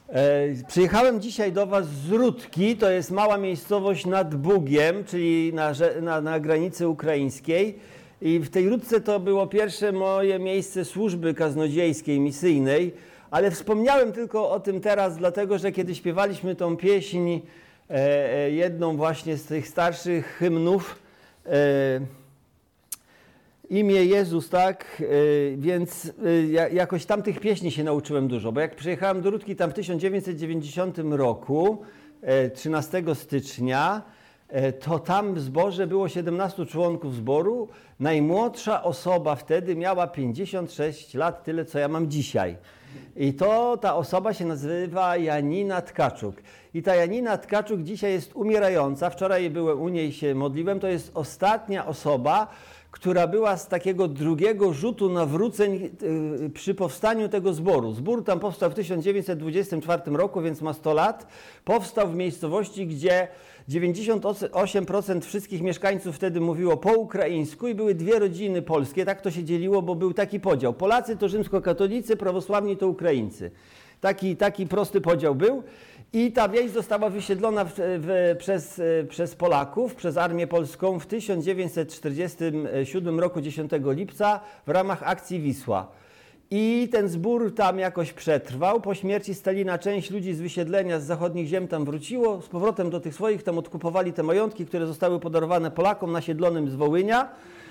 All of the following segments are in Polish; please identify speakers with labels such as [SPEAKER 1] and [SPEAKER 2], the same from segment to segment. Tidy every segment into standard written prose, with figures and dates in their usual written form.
[SPEAKER 1] Przyjechałem dzisiaj do Was z Rudki, to jest mała miejscowość nad Bugiem, czyli na granicy ukraińskiej. I w tej Rudce to było pierwsze moje miejsce służby kaznodziejskiej, misyjnej, ale wspomniałem tylko o tym teraz, dlatego że kiedy śpiewaliśmy tą pieśń, jedną właśnie z tych starszych hymnów, Imię Jezus, tak, więc jakoś tam tych pieśni się nauczyłem dużo, bo jak przyjechałem do Rudki tam w 1990 roku, 13 stycznia, to tam w zborze było 17 członków zboru. Najmłodsza osoba wtedy miała 56 lat, tyle co ja mam dzisiaj. I ta osoba się nazywa Janina Tkaczuk. I ta Janina Tkaczuk dzisiaj jest umierająca. Wczoraj byłem u niej, się modliłem. To jest ostatnia osoba, która była z takiego drugiego rzutu nawróceń przy powstaniu tego zboru. Zbór tam powstał w 1924 roku, więc ma 100 lat. Powstał w miejscowości, gdzie 98% wszystkich mieszkańców wtedy mówiło po ukraińsku i były dwie rodziny polskie. Tak to się dzieliło, bo był taki podział. Polacy to rzymskokatolicy, prawosławni to Ukraińcy. Taki prosty podział był. I ta wieś została wysiedlona przez Polaków, przez Armię Polską w 1947 roku 10 lipca w ramach akcji Wisła. I ten zbór tam jakoś przetrwał. Po śmierci Stalina część ludzi z wysiedlenia z zachodnich ziem tam wróciło, z powrotem do tych swoich, tam odkupowali te majątki, które zostały podarowane Polakom nasiedlonym z Wołynia.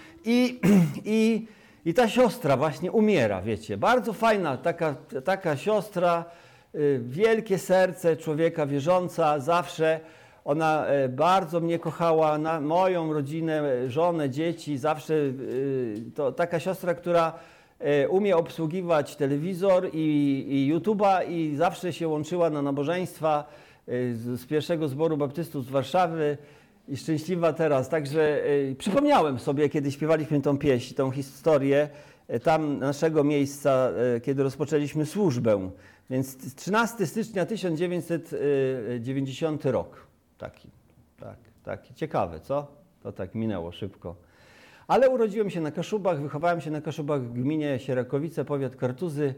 [SPEAKER 1] I ta siostra właśnie umiera, wiecie. Bardzo fajna taka siostra, wielkie serce człowieka wierząca, zawsze. Ona bardzo mnie kochała, moją rodzinę, żonę, dzieci, zawsze to taka siostra, która umie obsługiwać telewizor i YouTube'a i zawsze się łączyła na nabożeństwa z pierwszego zboru baptystów z Warszawy i szczęśliwa teraz. Także przypomniałem sobie, kiedy śpiewaliśmy tą pieśń, tą historię tam naszego miejsca, kiedy rozpoczęliśmy służbę. Więc 13 stycznia 1990 rok. Taki ciekawe, co? To tak minęło szybko. Ale urodziłem się na Kaszubach, wychowałem się na Kaszubach w gminie Sierakowice, powiat Kartuzy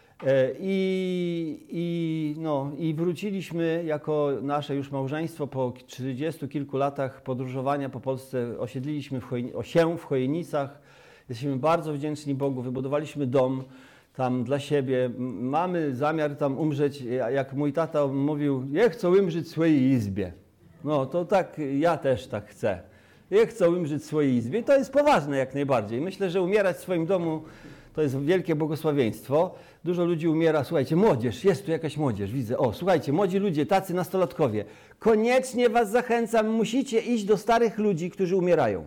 [SPEAKER 1] i wróciliśmy jako nasze już małżeństwo po 30 kilku latach podróżowania po Polsce. Osiedliliśmy w Chojnicach. Jesteśmy bardzo wdzięczni Bogu, wybudowaliśmy dom tam dla siebie. Mamy zamiar tam umrzeć, jak mój tata mówił, ja chcę umrzeć w swojej izbie. No to tak, ja też tak chcę. Ja chcę umrzeć w swojej izbie. I to jest poważne jak najbardziej. Myślę, że umierać w swoim domu to jest wielkie błogosławieństwo. Dużo ludzi umiera. Słuchajcie, młodzież, jest tu jakaś młodzież, widzę. O, słuchajcie, młodzi ludzie, tacy nastolatkowie. Koniecznie was zachęcam, musicie iść do starych ludzi, którzy umierają.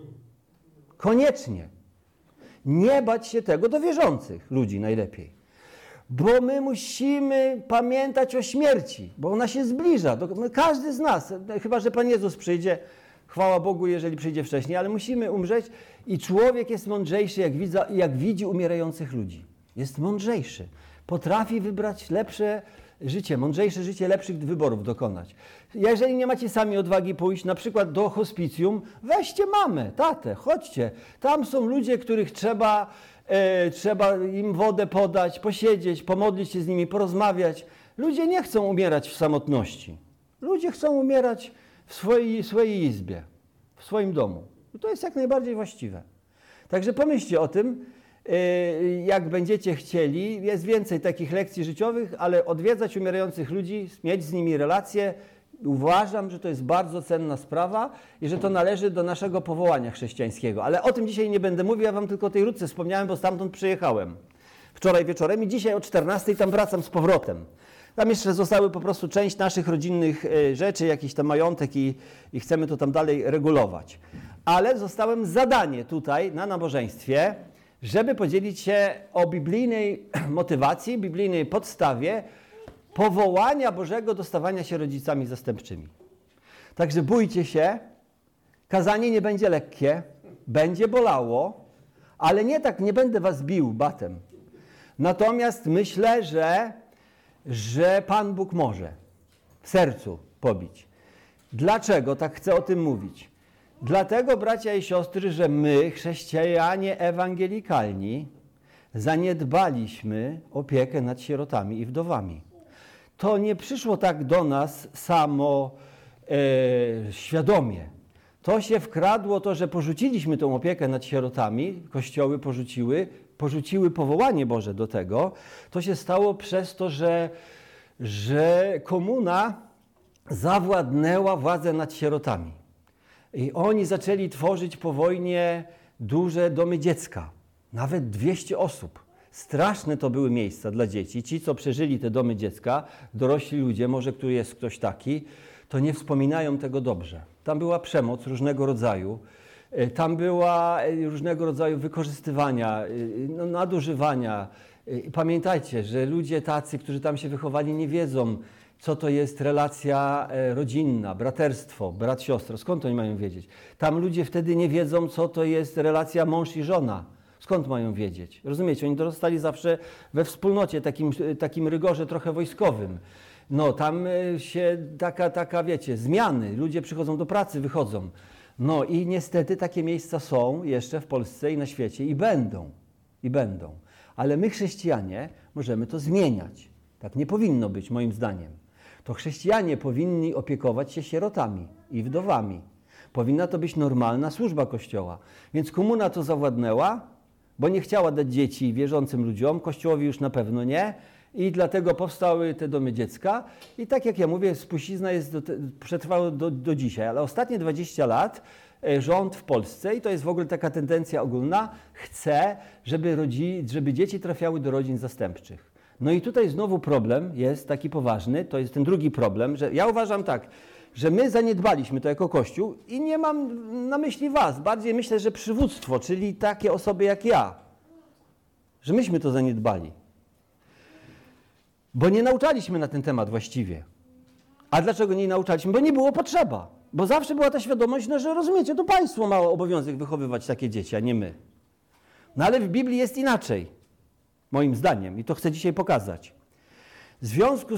[SPEAKER 1] Koniecznie. Nie bać się tego, do wierzących ludzi najlepiej. Bo my musimy pamiętać o śmierci, bo ona się zbliża. Każdy z nas, chyba że Pan Jezus przyjdzie, chwała Bogu, jeżeli przyjdzie wcześniej, ale musimy umrzeć i człowiek jest mądrzejszy, jak widzi umierających ludzi. Jest mądrzejszy. Potrafi wybrać lepsze życie, mądrzejsze życie, lepszych wyborów dokonać. Jeżeli nie macie sami odwagi pójść na przykład do hospicjum, weźcie mamę, tatę, chodźcie. Tam są ludzie, których trzeba im wodę podać, posiedzieć, pomodlić się z nimi, porozmawiać. Ludzie nie chcą umierać w samotności. Ludzie chcą umierać w swojej izbie, w swoim domu. I to jest jak najbardziej właściwe. Także pomyślcie o tym, jak będziecie chcieli. Jest więcej takich lekcji życiowych, ale odwiedzać umierających ludzi, mieć z nimi relacje, uważam, że to jest bardzo cenna sprawa i że to należy do naszego powołania chrześcijańskiego. Ale o tym dzisiaj nie będę mówił, ja wam tylko o tej Rudce wspomniałem, bo stamtąd przyjechałem wczoraj wieczorem i dzisiaj o 14:00 tam wracam z powrotem. Tam jeszcze zostały po prostu część naszych rodzinnych rzeczy, jakiś tam majątek i chcemy to tam dalej regulować. Ale zostałem zadanie tutaj na nabożeństwie, żeby podzielić się o biblijnej motywacji, biblijnej podstawie powołania Bożego do stawania się rodzicami zastępczymi. Także bójcie się, kazanie nie będzie lekkie, będzie bolało, ale nie będę was bił batem. Natomiast myślę, że Pan Bóg może w sercu pobić. Dlaczego tak chcę o tym mówić? Dlatego, bracia i siostry, że my, chrześcijanie ewangelikalni, zaniedbaliśmy opiekę nad sierotami i wdowami. to nie przyszło tak do nas samo świadomie. To się wkradło to, że porzuciliśmy tę opiekę nad sierotami, kościoły porzuciły powołanie Boże do tego. To się stało przez to, że komuna zawładnęła władzę nad sierotami. I oni zaczęli tworzyć po wojnie duże domy dziecka. Nawet 200 osób. Straszne to były miejsca dla dzieci. Ci, co przeżyli te domy dziecka, dorośli ludzie, może tu jest ktoś taki, to nie wspominają tego dobrze. Tam była przemoc różnego rodzaju. Tam była różnego rodzaju wykorzystywania, nadużywania. Pamiętajcie, że ludzie tacy, którzy tam się wychowali, nie wiedzą, co to jest relacja rodzinna, braterstwo, brat, siostra. Skąd oni mają wiedzieć? Tam ludzie wtedy nie wiedzą, co to jest relacja mąż i żona. Skąd mają wiedzieć? Rozumiecie? Oni dorastali zawsze we wspólnocie, takim rygorze trochę wojskowym. No, tam się wiecie, zmiany. Ludzie przychodzą do pracy, wychodzą. No i niestety takie miejsca są jeszcze w Polsce i na świecie i będą. Ale my, chrześcijanie, możemy to zmieniać. Tak nie powinno być, moim zdaniem. To chrześcijanie powinni opiekować się sierotami i wdowami. Powinna to być normalna służba Kościoła. Więc komuna to zawładnęła, bo nie chciała dać dzieci wierzącym ludziom, Kościołowi już na pewno nie, i dlatego powstały te domy dziecka. I tak jak ja mówię, spuścizna przetrwała do dzisiaj, ale ostatnie 20 lat rząd w Polsce, i to jest w ogóle taka tendencja ogólna, chce, żeby dzieci trafiały do rodzin zastępczych. No i tutaj znowu problem jest taki poważny, to jest ten drugi problem, że ja uważam tak, że my zaniedbaliśmy to jako Kościół i nie mam na myśli was, bardziej myślę, że przywództwo, czyli takie osoby jak ja, że myśmy to zaniedbali. Bo nie nauczaliśmy na ten temat właściwie. A dlaczego nie nauczaliśmy? Bo nie było potrzeba. Bo zawsze była ta świadomość, że rozumiecie, to państwo ma obowiązek wychowywać takie dzieci, a nie my. No ale w Biblii jest inaczej, moim zdaniem, i to chcę dzisiaj pokazać. W związku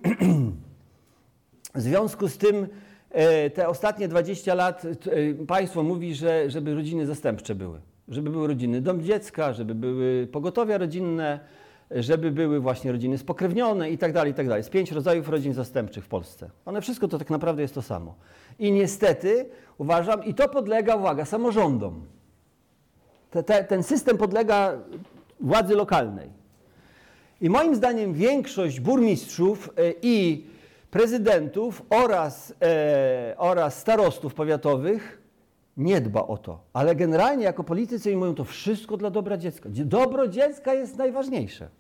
[SPEAKER 1] z tym te ostatnie 20 lat państwo mówi, żeby rodziny zastępcze były. Żeby były rodziny dom dziecka, żeby były pogotowia rodzinne, żeby były właśnie rodziny spokrewnione i tak dalej, i tak dalej. Jest 5 rodzajów rodzin zastępczych w Polsce. One wszystko to tak naprawdę jest to samo. I niestety uważam, i to podlega, uwaga, samorządom. Ten system podlega władzy lokalnej. I moim zdaniem większość burmistrzów i prezydentów oraz starostów powiatowych nie dba o to. Ale generalnie jako politycy mówią, to wszystko dla dobra dziecka. Dobro dziecka jest najważniejsze.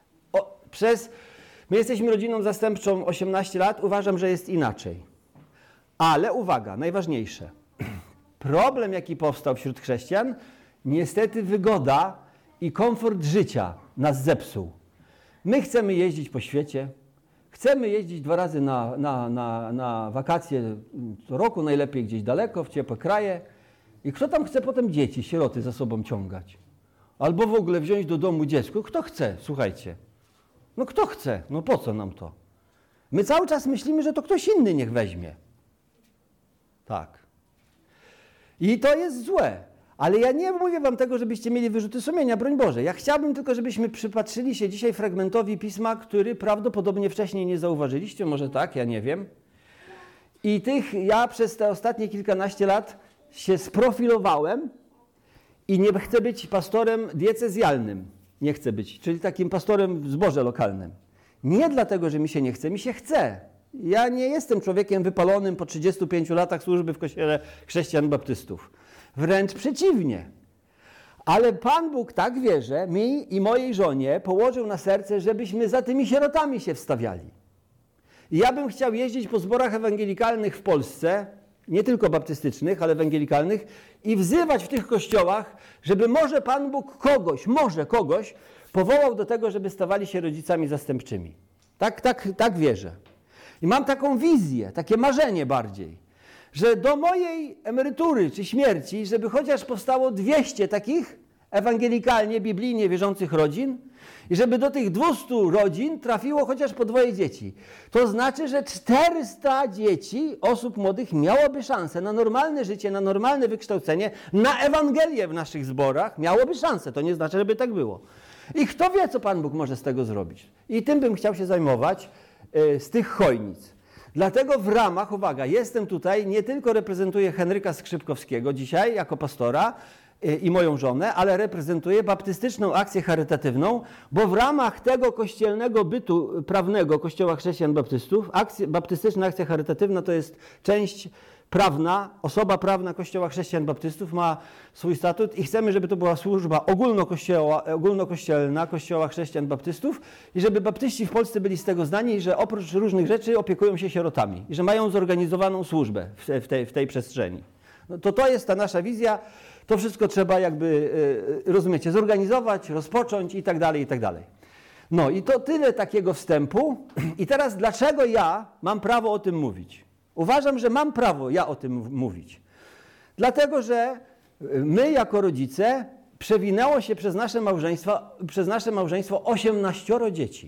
[SPEAKER 1] My jesteśmy rodziną zastępczą 18 lat, uważam, że jest inaczej. Ale uwaga, najważniejsze. Problem, jaki powstał wśród chrześcijan, niestety wygoda i komfort życia nas zepsuł. My chcemy jeździć po świecie, chcemy jeździć 2 razy na wakacje co roku, najlepiej gdzieś daleko, w ciepłe kraje. I kto tam chce potem dzieci, sieroty za sobą ciągać? Albo w ogóle wziąć do domu dziecko? Kto chce? Słuchajcie. No kto chce? No po co nam to? My cały czas myślimy, że to ktoś inny niech weźmie. Tak. I to jest złe. Ale ja nie mówię wam tego, żebyście mieli wyrzuty sumienia, broń Boże. Ja chciałbym tylko, żebyśmy przypatrzyli się dzisiaj fragmentowi Pisma, który prawdopodobnie wcześniej nie zauważyliście, może tak, ja nie wiem. I ja przez te ostatnie kilkanaście lat się sprofilowałem i nie chcę być pastorem diecezjalnym. Nie chcę być, czyli takim pastorem w zborze lokalnym. Nie dlatego, że mi się nie chce, mi się chce. Ja nie jestem człowiekiem wypalonym po 35 latach służby w Kościele Chrześcijan Baptystów. Wręcz przeciwnie. Ale Pan Bóg, tak wierzę, mi i mojej żonie położył na serce, żebyśmy za tymi sierotami się wstawiali. I ja bym chciał jeździć po zborach ewangelikalnych w Polsce, nie tylko baptystycznych, ale ewangelikalnych, i wzywać w tych kościołach, żeby może Pan Bóg kogoś powołał do tego, żeby stawali się rodzicami zastępczymi. Tak wierzę. I mam taką wizję, takie marzenie bardziej, że do mojej emerytury czy śmierci, żeby chociaż powstało 200 takich ewangelikalnie, biblijnie wierzących rodzin i żeby do tych 200 rodzin trafiło chociaż po 2 dzieci. To znaczy, że 400 dzieci, osób młodych miałoby szansę na normalne życie, na normalne wykształcenie, na Ewangelię w naszych zborach, miałoby szansę. To nie znaczy, żeby tak było. I kto wie, co Pan Bóg może z tego zrobić. I tym bym chciał się zajmować. z tych chojnic. Dlatego w ramach, uwaga, jestem tutaj, nie tylko reprezentuję Henryka Skrzypkowskiego dzisiaj jako pastora i moją żonę, ale reprezentuję baptystyczną akcję charytatywną, bo w ramach tego kościelnego bytu prawnego Kościoła Chrześcijan Baptystów, baptystyczna akcja charytatywna to jest część prawna, osoba prawna Kościoła Chrześcijan Baptystów ma swój statut i chcemy, żeby to była służba ogólnokościelna Kościoła Chrześcijan Baptystów i żeby baptyści w Polsce byli z tego zdani, że oprócz różnych rzeczy opiekują się sierotami i że mają zorganizowaną służbę w tej przestrzeni. No to jest ta nasza wizja, to wszystko trzeba jakby, rozumiecie, zorganizować, rozpocząć i tak dalej, i tak dalej. No i to tyle takiego wstępu i teraz dlaczego ja mam prawo o tym mówić? Uważam, że mam prawo ja o tym mówić. Dlatego, że my jako rodzice przewinęło się przez nasze małżeństwo 18 dzieci.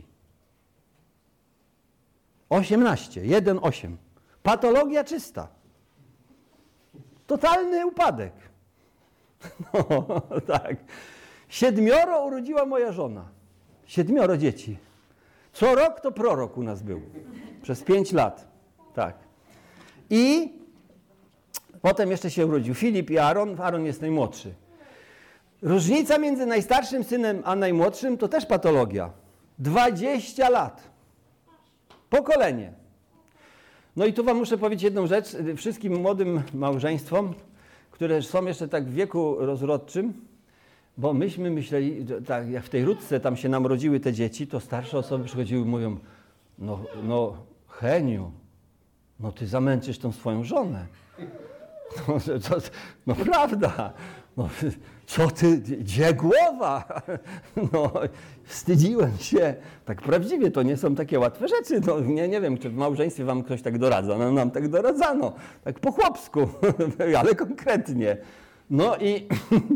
[SPEAKER 1] 18, 1-8. Patologia czysta. Totalny upadek. No, tak. 7 urodziła moja żona. 7 dzieci. Co rok to prorok u nas był. Przez 5 lat. Tak. I potem jeszcze się urodził Filip i Aaron. Aaron jest najmłodszy. Różnica między najstarszym synem a najmłodszym to też patologia. 20 lat. Pokolenie. No i tu wam muszę powiedzieć jedną rzecz. Wszystkim młodym małżeństwom, które są jeszcze tak w wieku rozrodczym, bo myśmy myśleli, tak jak w tej Rudce tam się nam rodziły te dzieci, to starsze osoby przychodziły i mówią, no Heniu, no ty zamęczysz tą swoją żonę. No prawda, no, co ty, gdzie głowa? No, wstydziłem się. Tak prawdziwie, to nie są takie łatwe rzeczy. No, nie wiem, czy w małżeństwie wam ktoś tak doradza. No, nam tak doradzano, tak po chłopsku, ale konkretnie. No i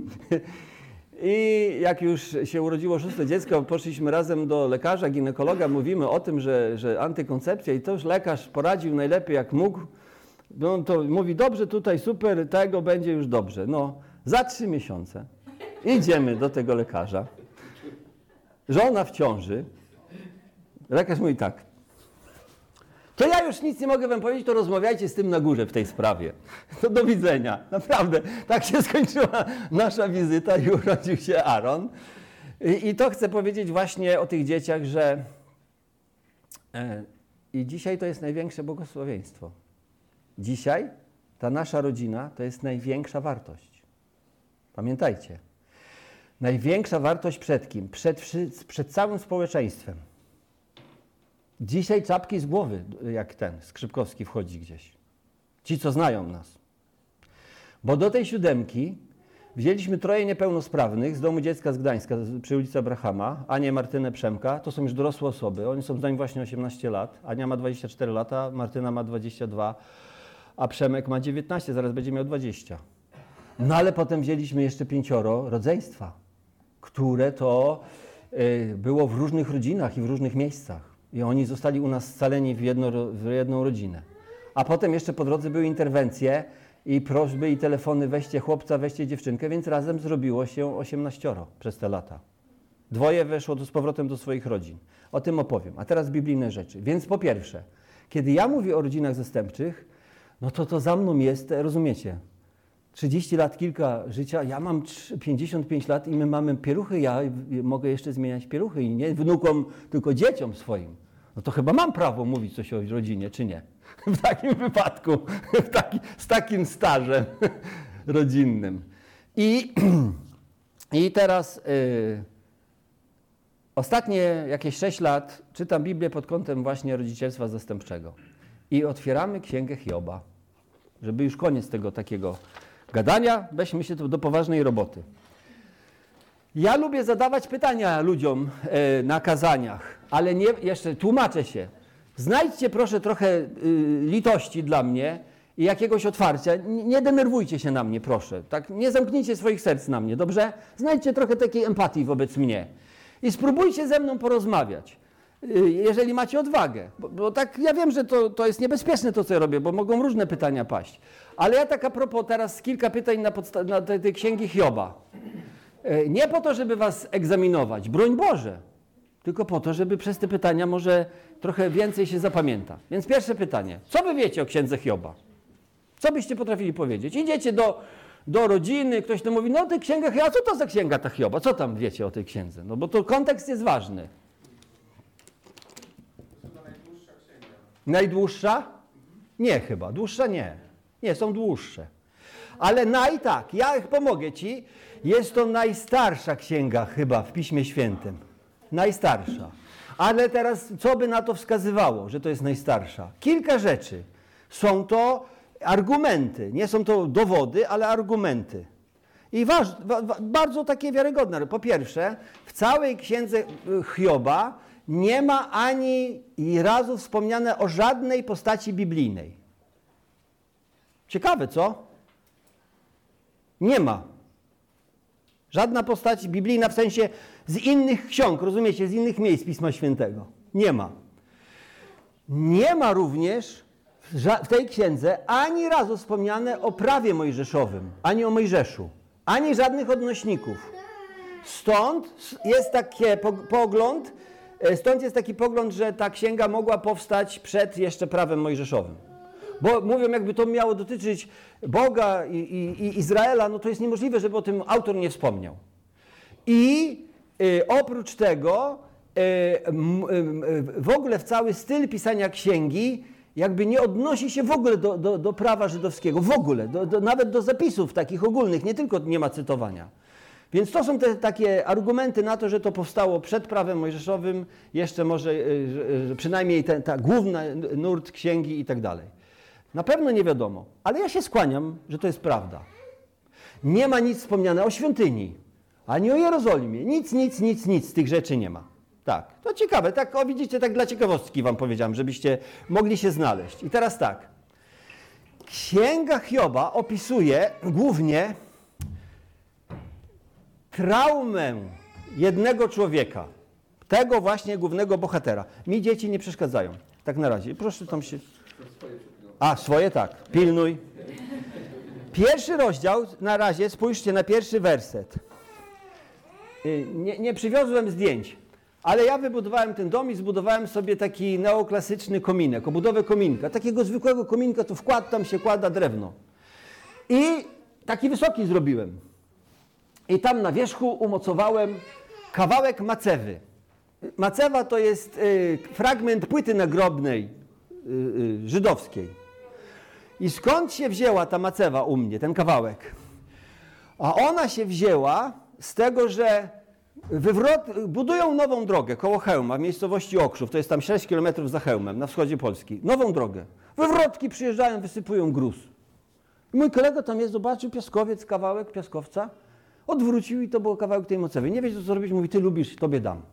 [SPEAKER 1] jak już się urodziło 6 dziecko, poszliśmy razem do lekarza, ginekologa, mówimy o tym, że antykoncepcja i to już lekarz poradził najlepiej jak mógł. No to mówi, dobrze, tutaj super, tego będzie już dobrze. No, za 3 miesiące idziemy do tego lekarza. Żona w ciąży. Lekarz mówi tak, to ja już nic nie mogę wam powiedzieć, to rozmawiajcie z tym na górze w tej sprawie. To do widzenia. Naprawdę, tak się skończyła nasza wizyta i urodził się Aaron. I to chcę powiedzieć właśnie o tych dzieciach, że i dzisiaj to jest największe błogosławieństwo. Dzisiaj ta nasza rodzina to jest największa wartość. Pamiętajcie. Największa wartość przed kim? Przed całym społeczeństwem. Dzisiaj czapki z głowy, jak ten Skrzypkowski wchodzi gdzieś. Ci, co znają nas. Bo do tej 7 wzięliśmy 3 niepełnosprawnych z Domu Dziecka z Gdańska przy ulicy Abrahama, Anię, Martynę, Przemka. To są już dorosłe osoby. Oni są z nami właśnie 18 lat. Ania ma 24 lata, Martyna ma 22, a Przemek ma 19, zaraz będzie miał 20. No ale potem wzięliśmy jeszcze 5 rodzeństwa, które to było w różnych rodzinach i w różnych miejscach. I oni zostali u nas scaleni w jedną rodzinę. A potem jeszcze po drodze były interwencje i prośby i telefony, weźcie chłopca, weźcie dziewczynkę, więc razem zrobiło się 18 przez te lata. 2 weszło z powrotem do swoich rodzin. O tym opowiem. A teraz biblijne rzeczy. Więc po pierwsze, kiedy ja mówię o rodzinach zastępczych, no to za mną jest, rozumiecie, 30 lat, kilka życia, ja mam 55 lat i my mamy pieluchy, ja mogę jeszcze zmieniać pieluchy i nie wnukom, tylko dzieciom swoim. No to chyba mam prawo mówić coś o rodzinie, czy nie? W takim wypadku, z takim stażem rodzinnym. I teraz ostatnie jakieś 6 lat czytam Biblię pod kątem właśnie rodzicielstwa zastępczego. I otwieramy Księgę Hioba, żeby już koniec tego takiego gadania, weźmy się do poważnej roboty. Ja lubię zadawać pytania ludziom na kazaniach, ale nie, jeszcze tłumaczę się. Znajdźcie proszę trochę litości dla mnie i jakiegoś otwarcia. Nie denerwujcie się na mnie, proszę. Tak? Nie zamknijcie swoich serc na mnie, dobrze? Znajdźcie trochę takiej empatii wobec mnie. I spróbujcie ze mną porozmawiać, jeżeli macie odwagę. Bo tak ja wiem, że to jest niebezpieczne to, co ja robię, bo mogą różne pytania paść. Ale ja tak a propos teraz kilka pytań na tej księgi Hioba. Nie po to, żeby was egzaminować, broń Boże. tylko po to, żeby przez te pytania może trochę więcej się zapamięta. Więc pierwsze pytanie. Co wy wiecie o księdze Hioba? Co byście potrafili powiedzieć? Idziecie do rodziny, ktoś tam mówi, no ty księga Hioba, co to za księga ta Hioba? Co tam wiecie o tej księdze? No bo to kontekst jest ważny. Najdłuższa? Nie chyba. Dłuższa nie. Nie, są dłuższe. Ale tak, ja pomogę ci, jest to najstarsza księga chyba w Piśmie Świętym. Najstarsza. Ale teraz co by na to wskazywało, że to jest najstarsza? Kilka rzeczy. Są to argumenty. Nie są to dowody, ale argumenty. I bardzo takie wiarygodne. Po pierwsze, w całej księdze Hioba nie ma ani razu wspomniane o żadnej postaci biblijnej. Ciekawe, co? Nie ma. Żadna postać biblijna w sensie z innych ksiąg, rozumiecie, z innych miejsc Pisma Świętego. Nie ma. Nie ma również w tej księdze ani razu wspomniane o prawie mojżeszowym, ani o Mojżeszu, ani żadnych odnośników. Stąd jest taki pogląd, że ta księga mogła powstać przed jeszcze prawem mojżeszowym. Bo mówią, jakby to miało dotyczyć Boga i Izraela, no to jest niemożliwe, żeby o tym autor nie wspomniał. I oprócz tego w ogóle w cały styl pisania księgi jakby nie odnosi się w ogóle do prawa żydowskiego, w ogóle, nawet do zapisów takich ogólnych, nie tylko nie ma cytowania. Więc to są te takie argumenty na to, że to powstało przed prawem mojżeszowym, jeszcze może przynajmniej ta główna nurt księgi i tak dalej. Na pewno nie wiadomo, ale ja się skłaniam, że to jest prawda. Nie ma nic wspomniane o świątyni, ani o Jerozolimie. Nic z tych rzeczy nie ma. Tak, to ciekawe. Tak, widzicie, tak dla ciekawostki wam powiedziałem, żebyście mogli się znaleźć. I teraz tak. Księga Hioba opisuje głównie traumę jednego człowieka. Tego właśnie głównego bohatera. Mi dzieci nie przeszkadzają. Tak na razie. Proszę tam się... swoje tak. Pilnuj. Pierwszy rozdział, na razie, spójrzcie na pierwszy werset. Nie przywiozłem zdjęć, ale ja wybudowałem ten dom i zbudowałem sobie taki neoklasyczny kominek, obudowę kominka. Takiego zwykłego kominka, to tam się kłada drewno. I taki wysoki zrobiłem. I tam na wierzchu umocowałem kawałek macewy. Macewa to jest fragment płyty nagrobnej żydowskiej. I skąd się wzięła ta macewa u mnie, ten kawałek? A ona się wzięła z tego, że budują nową drogę koło Chełma, w miejscowości Okrzów, to jest tam 6 km za Chełmem, na wschodzie Polski. Nową drogę. Wywrotki przyjeżdżają, wysypują gruz. I mój kolega tam jest, zobaczył piaskowiec, kawałek piaskowca, odwrócił i to był kawałek tej macewy. Nie wiesz, co zrobić, mówi, ty lubisz, tobie dam.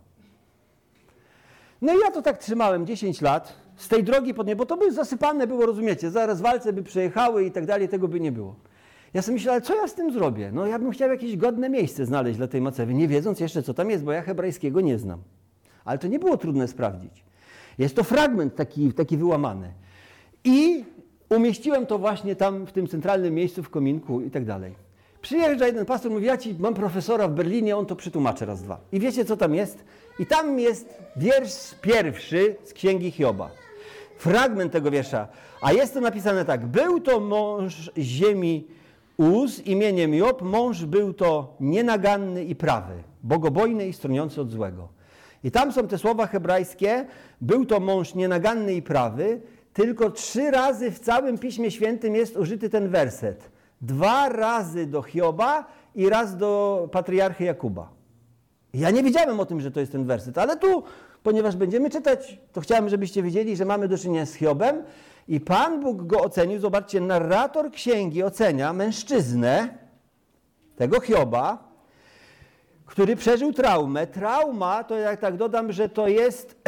[SPEAKER 1] No i ja to tak trzymałem 10 lat, z tej drogi bo to by zasypane było, rozumiecie, zaraz walce by przejechały i tak dalej, tego by nie było. Ja sobie myślałem, co ja z tym zrobię? No ja bym chciał jakieś godne miejsce znaleźć dla tej macewy, nie wiedząc jeszcze, co tam jest, bo ja hebrajskiego nie znam. Ale to nie było trudne sprawdzić. Jest to fragment taki wyłamany. I umieściłem to właśnie tam, w tym centralnym miejscu, w kominku i tak dalej. Przyjeżdża jeden pastor, mówi, mam profesora w Berlinie, on to przetłumaczy raz, dwa. I wiecie, co tam jest? I tam jest wiersz pierwszy z Księgi Hioba. Fragment tego wiersza. A jest to napisane tak. Był to mąż ziemi Uz imieniem Job. Mąż był to nienaganny i prawy, bogobojny i stroniący od złego. I tam są te słowa hebrajskie. Był to mąż nienaganny i prawy. Tylko 3 razy w całym Piśmie Świętym jest użyty ten werset. 2 razy do Hioba i raz do patriarchy Jakuba. Ja nie wiedziałem o tym, że to jest ten werset, ale tu, ponieważ będziemy czytać, to chciałem, żebyście wiedzieli, że mamy do czynienia z Hiobem i Pan Bóg go ocenił. Zobaczcie, narrator księgi ocenia mężczyznę, tego Hioba, który przeżył traumę. Trauma, to jak tak dodam, że to jest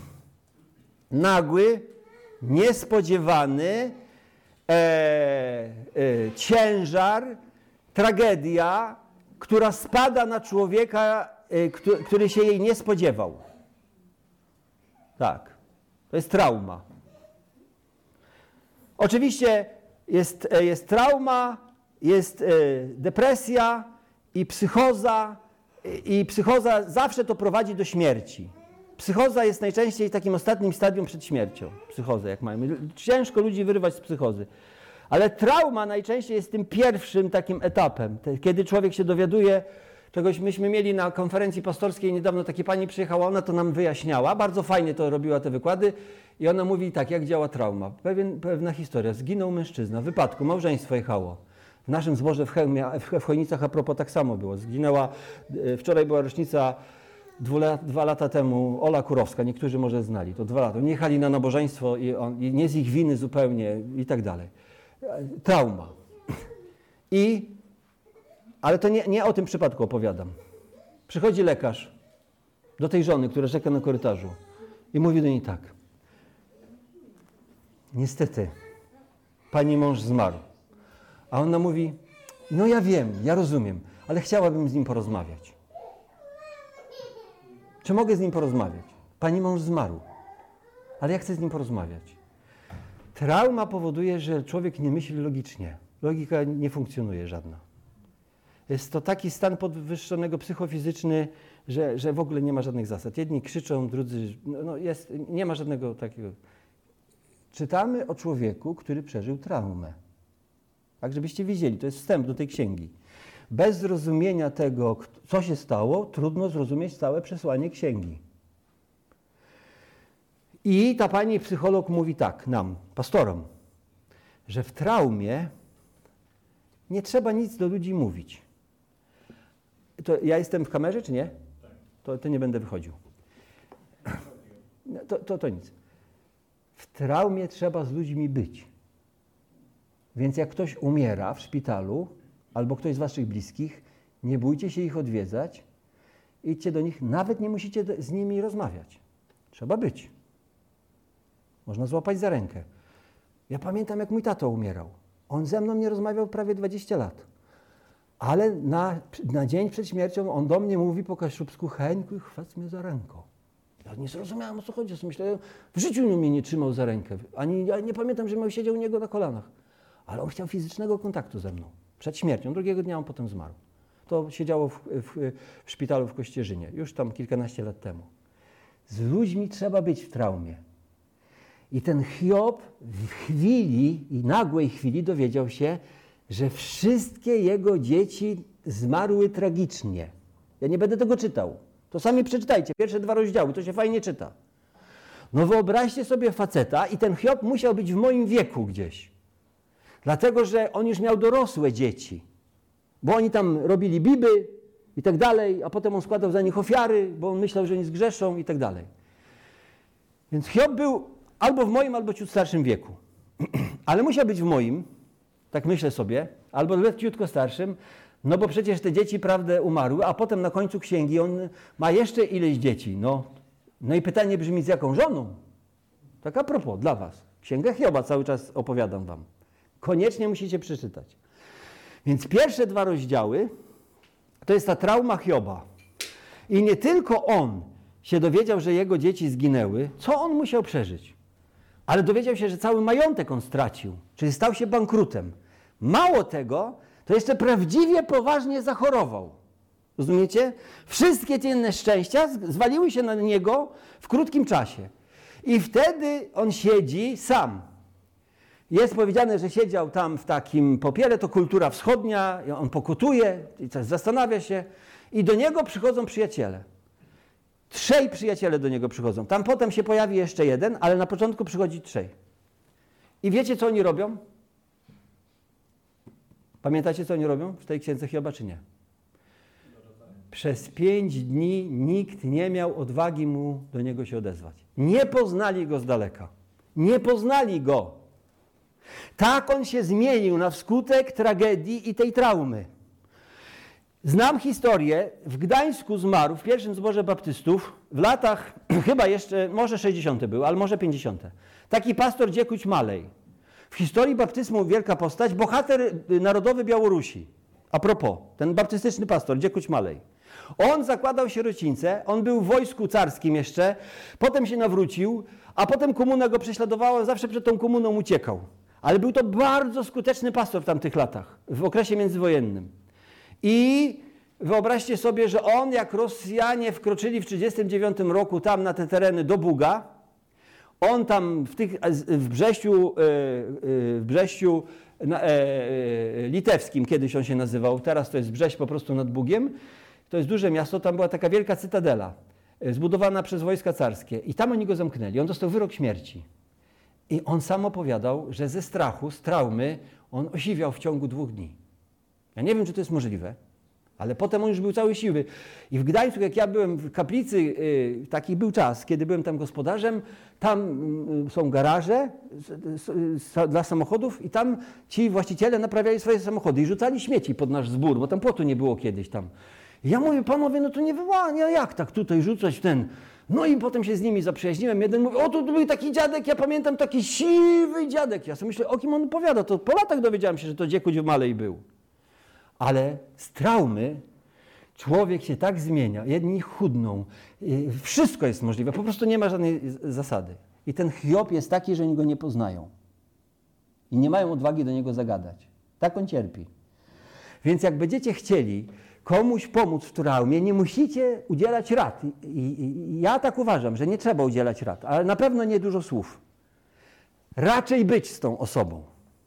[SPEAKER 1] nagły, niespodziewany ciężar, tragedia, która spada na człowieka, który się jej nie spodziewał. Tak, to jest trauma. Oczywiście jest trauma, jest depresja i psychoza zawsze to prowadzi do śmierci. Psychoza jest najczęściej takim ostatnim stadium przed śmiercią. Psychozę, jak mamy. Ciężko ludzi wyrywać z psychozy. Ale trauma najczęściej jest tym pierwszym takim etapem, kiedy człowiek się dowiaduje czegoś. Myśmy mieli na konferencji pastorskiej niedawno, taka pani przyjechała, ona to nam wyjaśniała, bardzo fajnie to robiła te wykłady i ona mówi tak, jak działa trauma. Pewna historia, zginął mężczyzna w wypadku, małżeństwo jechało. W naszym zborze w Chojnicach a propos tak samo było. Zginęła, wczoraj była rocznica 2 lata temu, Ola Kurowska, niektórzy może znali, to 2 lata. Oni jechali na nabożeństwo i nie z ich winy zupełnie i tak dalej. Trauma. Ale to nie o tym przypadku opowiadam. Przychodzi lekarz do tej żony, która czeka na korytarzu i mówi do niej tak. Niestety, pani mąż zmarł. A ona mówi, no ja wiem, ja rozumiem, ale chciałabym z nim porozmawiać. Czy mogę z nim porozmawiać? Pani mąż zmarł, ale ja chcę z nim porozmawiać. Trauma powoduje, że człowiek nie myśli logicznie. Logika nie funkcjonuje żadna. Jest to taki stan podwyższonego psychofizyczny, że w ogóle nie ma żadnych zasad. Jedni krzyczą, drudzy... nie ma żadnego takiego... Czytamy o człowieku, który przeżył traumę. Tak, żebyście wiedzieli, to jest wstęp do tej księgi. Bez zrozumienia tego, co się stało, trudno zrozumieć całe przesłanie księgi. I ta pani psycholog mówi tak nam, pastorom, że w traumie nie trzeba nic do ludzi mówić. To ja jestem w kamerze, czy nie? To nie będę wychodził. To nic. W traumie trzeba z ludźmi być. Więc jak ktoś umiera w szpitalu, albo ktoś z waszych bliskich, nie bójcie się ich odwiedzać, idźcie do nich, nawet nie musicie z nimi rozmawiać. Trzeba być. Można złapać za rękę. Ja pamiętam, jak mój tato umierał. On ze mną nie rozmawiał prawie 20 lat. Ale na dzień przed śmiercią on do mnie mówi po kaszubsku, Henku, chwyć mnie za rękę. Ja nie zrozumiałem, o co chodzi. Myślałem, w życiu mnie nie trzymał za rękę. Ja nie pamiętam, że siedział u niego na kolanach. Ale on chciał fizycznego kontaktu ze mną. Przed śmiercią. Drugiego dnia on potem zmarł. To siedziało w szpitalu w Kościerzynie. Już tam kilkanaście lat temu. Z ludźmi trzeba być w traumie. I ten Hiob w chwili, i nagłej chwili dowiedział się, że wszystkie jego dzieci zmarły tragicznie. Ja nie będę tego czytał. To sami przeczytajcie. Pierwsze 2 rozdziały. To się fajnie czyta. No wyobraźcie sobie faceta i ten Hiob musiał być w moim wieku gdzieś. Dlatego, że on już miał dorosłe dzieci. Bo oni tam robili biby i tak dalej, a potem on składał za nich ofiary, bo on myślał, że oni zgrzeszą i tak dalej. Więc Hiob był albo w moim, albo ciut starszym wieku. Ale musiał być w moim, tak myślę sobie, albo leciutko starszym, no bo przecież te dzieci, prawda, umarły, a potem na końcu księgi on ma jeszcze ileś dzieci. No i pytanie brzmi, z jaką żoną? Tak a propos, dla was. Księgę Hioba cały czas opowiadam wam. Koniecznie musicie przeczytać. Więc pierwsze 2 rozdziały to jest ta trauma Hioba. I nie tylko on się dowiedział, że jego dzieci zginęły, co on musiał przeżyć, ale dowiedział się, że cały majątek on stracił, czyli stał się bankrutem. Mało tego, to jeszcze prawdziwie poważnie zachorował. Rozumiecie? Wszystkie te nieszczęścia zwaliły się na niego w krótkim czasie. I wtedy on siedzi sam. Jest powiedziane, że siedział tam w takim popiele, to kultura wschodnia, on pokutuje i coś zastanawia się i do niego przychodzą przyjaciele. 3 przyjaciele do niego przychodzą. Tam potem się pojawi jeszcze 1, ale na początku przychodzi 3. I wiecie, co oni robią? Pamiętacie, co oni robią w tej księdze Hioba, czy nie? Przez 5 dni nikt nie miał odwagi mu do niego się odezwać. Nie poznali go z daleka. Nie poznali go. Tak on się zmienił na skutek tragedii i tej traumy. Znam historię, w Gdańsku zmarł w pierwszym zborze baptystów w latach, chyba jeszcze, może 60 był, ale może 50. Taki pastor Dziekuć Malej. W historii baptyzmu wielka postać, bohater narodowy Białorusi. A propos, ten baptystyczny pastor Dziekuć Malej. On zakładał sierocińce, on był w wojsku carskim jeszcze, potem się nawrócił, a potem komuna go prześladowała, zawsze przed tą komuną uciekał. Ale był to bardzo skuteczny pastor w tamtych latach, w okresie międzywojennym. I Wyobraźcie sobie, że on, jak Rosjanie wkroczyli w 1939 roku tam na te tereny do Buga, on tam w Brześciu litewskim, kiedyś on się nazywał, teraz to jest Brześć po prostu nad Bugiem, to jest duże miasto, tam była taka wielka cytadela, zbudowana przez wojska carskie i tam oni go zamknęli, on dostał wyrok śmierci. I on sam opowiadał, że ze strachu, z traumy, on osiwiał w ciągu 2 dni. Ja nie wiem, czy to jest możliwe, ale potem on już był cały siwy. I w Gdańsku, jak ja byłem w kaplicy, taki był czas, kiedy byłem tam gospodarzem, tam są garaże dla samochodów i tam ci właściciele naprawiali swoje samochody i rzucali śmieci pod nasz zbór, bo tam płotu nie było kiedyś tam. I ja mówię, panowie, no to nie wyłania, jak tak tutaj rzucać w ten... No i potem się z nimi zaprzyjaźniłem. Jeden mówi, o tu był taki dziadek, ja pamiętam taki siwy dziadek. Ja sobie myślę, o kim on opowiada, to po latach dowiedziałem się, że to Dziekuć w Malej był. Ale z traumy człowiek się tak zmienia, jedni chudną, wszystko jest możliwe, po prostu nie ma żadnej zasady. I ten Hiob jest taki, że oni go nie poznają. I nie mają odwagi do niego zagadać. Tak on cierpi. Więc jak będziecie chcieli komuś pomóc w traumie, nie musicie udzielać rad. I ja tak uważam, że nie trzeba udzielać rad, ale na pewno nie dużo słów. Raczej być z tą osobą.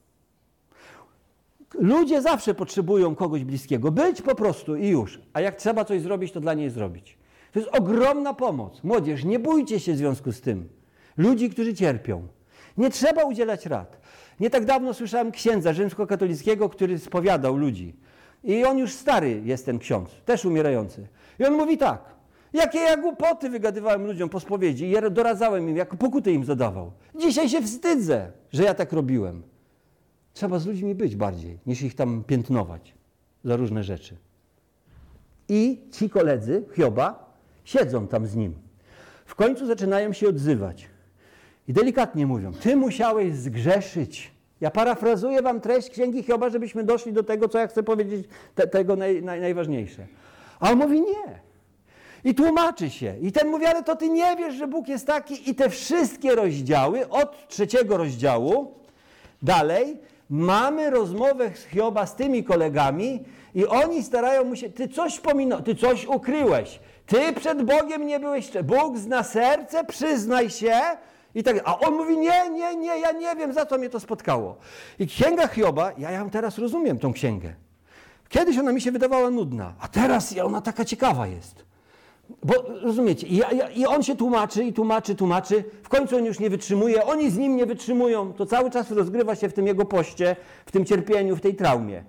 [SPEAKER 1] Ludzie zawsze potrzebują kogoś bliskiego. Być po prostu i już. A jak trzeba coś zrobić, to dla niej zrobić. To jest ogromna pomoc. Młodzież, nie bójcie się w związku z tym. Ludzi, którzy cierpią. Nie trzeba udzielać rad. Nie tak dawno słyszałem księdza rzymskokatolickiego, który spowiadał ludzi. I on już stary jest ten ksiądz, też umierający. I on mówi tak, jakie ja głupoty wygadywałem ludziom po spowiedzi i doradzałem im, jak pokuty im zadawał. Dzisiaj się wstydzę, że ja tak robiłem. Trzeba z ludźmi być bardziej, niż ich tam piętnować za różne rzeczy. I ci koledzy Hioba siedzą tam z nim. W końcu zaczynają się odzywać. I delikatnie mówią, ty musiałeś zgrzeszyć. Ja parafrazuję wam treść Księgi Hioba, żebyśmy doszli do tego, co ja chcę powiedzieć, tego najważniejsze. A on mówi nie. I tłumaczy się. I ten mówi, ale to ty nie wiesz, że Bóg jest taki. I te wszystkie rozdziały, od 3 rozdziału dalej, mamy rozmowę z Hioba z tymi kolegami i oni starają mu się, ty coś pominąłeś, ty coś ukryłeś. Ty przed Bogiem nie byłeś, Bóg zna serce, przyznaj się. I tak, a on mówi, nie, ja nie wiem, za co mnie to spotkało. I Księga Hioba, ja teraz rozumiem tą księgę. Kiedyś ona mi się wydawała nudna, a teraz ona taka ciekawa jest. Bo rozumiecie, i on się tłumaczy, w końcu on już nie wytrzymuje, oni z nim nie wytrzymują, to cały czas rozgrywa się w tym jego poście, w tym cierpieniu, w tej traumie.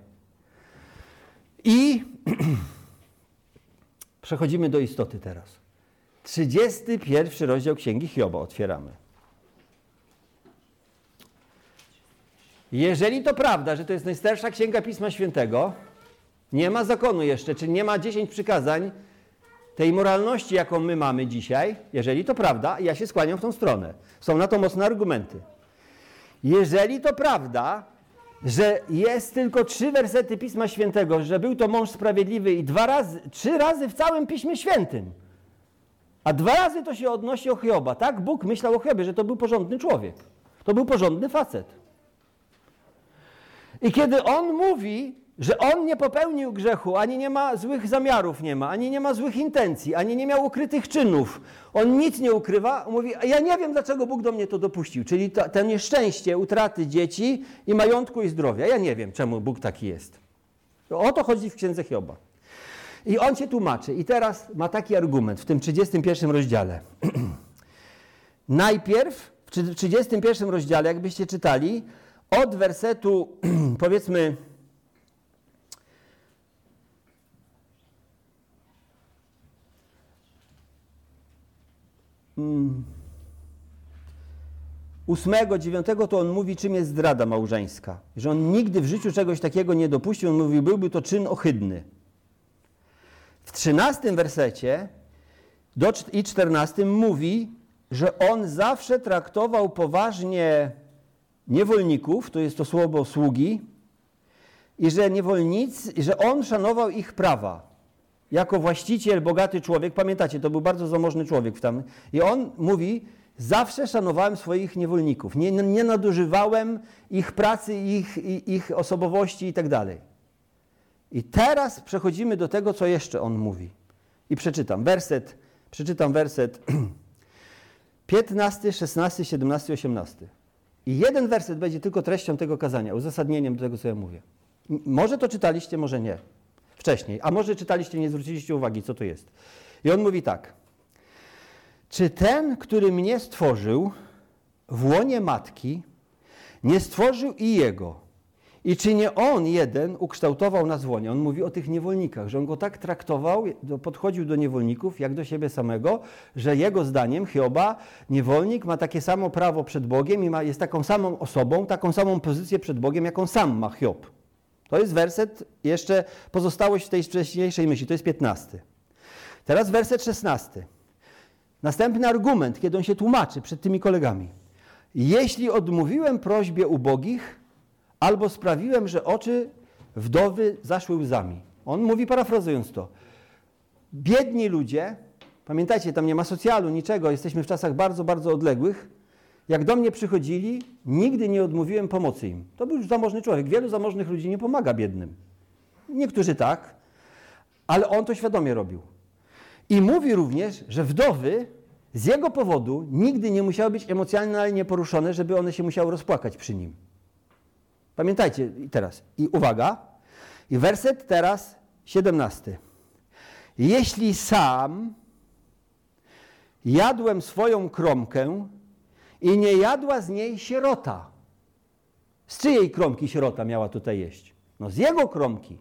[SPEAKER 1] I przechodzimy do istoty teraz. 31 rozdział Księgi Hioba otwieramy. Jeżeli to prawda, że to jest najstarsza księga Pisma Świętego, nie ma zakonu jeszcze, czyli nie ma 10 przykazań tej moralności, jaką my mamy dzisiaj, jeżeli to prawda, ja się skłaniam w tą stronę. Są na to mocne argumenty. Jeżeli to prawda, że jest tylko 3 wersety Pisma Świętego, że był to mąż sprawiedliwy i 3 razy w całym Piśmie Świętym, a 2 razy to się odnosi o Hioba, tak? Bóg myślał o Hiobie, że to był porządny człowiek. To był porządny facet. I kiedy on mówi, że on nie popełnił grzechu, ani nie ma złych zamiarów, ani nie ma złych intencji, ani nie miał ukrytych czynów, on nic nie ukrywa, mówi, ja nie wiem, dlaczego Bóg do mnie to dopuścił, czyli to nieszczęście utraty dzieci i majątku i zdrowia. Ja nie wiem, czemu Bóg taki jest. O to chodzi w Księdze Hioba. I on się tłumaczy. I teraz ma taki argument w tym 31 rozdziale. Najpierw w 31 rozdziale, jakbyście czytali, od wersetu, powiedzmy, 8, 9 to on mówi, czym jest zdrada małżeńska. Że on nigdy w życiu czegoś takiego nie dopuścił. On mówi, byłby to czyn ohydny. W 13 wersecie i 14 mówi, że on zawsze traktował poważnie niewolników, to jest to słowo sługi, i że niewolnicy, że on szanował ich prawa. Jako właściciel, bogaty człowiek, pamiętacie, to był bardzo zamożny człowiek tam. I on mówi, zawsze szanowałem swoich niewolników, nie nadużywałem ich pracy, ich osobowości i tak dalej. I teraz przechodzimy do tego, co jeszcze on mówi. I przeczytam werset 15, 16, 17, 18. I jeden werset będzie tylko treścią tego kazania, uzasadnieniem do tego, co ja mówię. Może to czytaliście, może nie. Wcześniej. A może czytaliście, nie zwróciliście uwagi, co to jest. I on mówi tak. Czy ten, który mnie stworzył w łonie matki, nie stworzył i jego? I czy nie on jeden ukształtował nas w łonie? On mówi o tych niewolnikach, że on go tak traktował, podchodził do niewolników jak do siebie samego, że jego zdaniem Hioba, niewolnik ma takie samo prawo przed Bogiem i jest taką samą osobą, taką samą pozycję przed Bogiem, jaką sam ma Hiob. To jest werset, jeszcze pozostałość w tej wcześniejszej myśli, to jest 15. Teraz werset 16. Następny argument, kiedy on się tłumaczy przed tymi kolegami. Jeśli odmówiłem prośbie ubogich, albo sprawiłem, że oczy wdowy zaszły łzami. On mówi, parafrazując to, biedni ludzie, pamiętajcie, tam nie ma socjalu, niczego, jesteśmy w czasach bardzo, bardzo odległych, jak do mnie przychodzili, nigdy nie odmówiłem pomocy im. To był już zamożny człowiek. Wielu zamożnych ludzi nie pomaga biednym. Niektórzy tak, ale on to świadomie robił. I mówi również, że wdowy z jego powodu nigdy nie musiały być emocjonalnie poruszone, żeby one się musiały rozpłakać przy nim. Pamiętajcie teraz. I uwaga. I werset teraz 17. Jeśli sam jadłem swoją kromkę i nie jadła z niej sierota. Z czyjej kromki sierota miała tutaj jeść? No z jego kromki.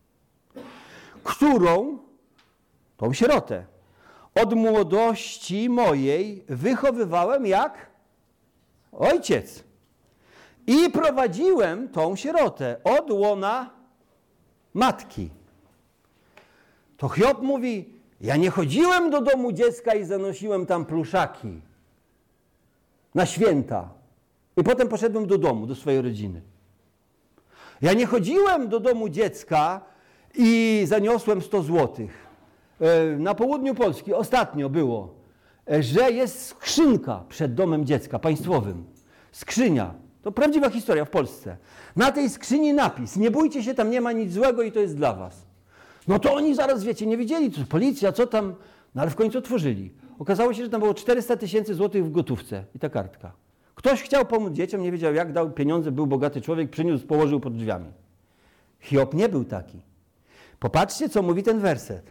[SPEAKER 1] Którą, tą sierotę, od młodości mojej wychowywałem jak ojciec. I prowadziłem tą sierotę od łona matki. To Hiob mówi, ja nie chodziłem do domu dziecka i zanosiłem tam pluszaki na święta. I potem poszedłem do domu, do swojej rodziny. Ja nie chodziłem do domu dziecka i zaniosłem 100 złotych. Na południu Polski ostatnio było, że jest skrzynka przed domem dziecka państwowym. Skrzynia. To prawdziwa historia w Polsce. Na tej skrzyni napis, nie bójcie się, tam nie ma nic złego i to jest dla was. No to oni zaraz, wiecie, nie wiedzieli, co policja, co tam, no ale w końcu otworzyli. Okazało się, że tam było 400 000 złotych w gotówce i ta kartka. Ktoś chciał pomóc dzieciom, nie wiedział jak, dał pieniądze, był bogaty człowiek, przyniósł, położył pod drzwiami. Hiob nie był taki. Popatrzcie, co mówi ten werset.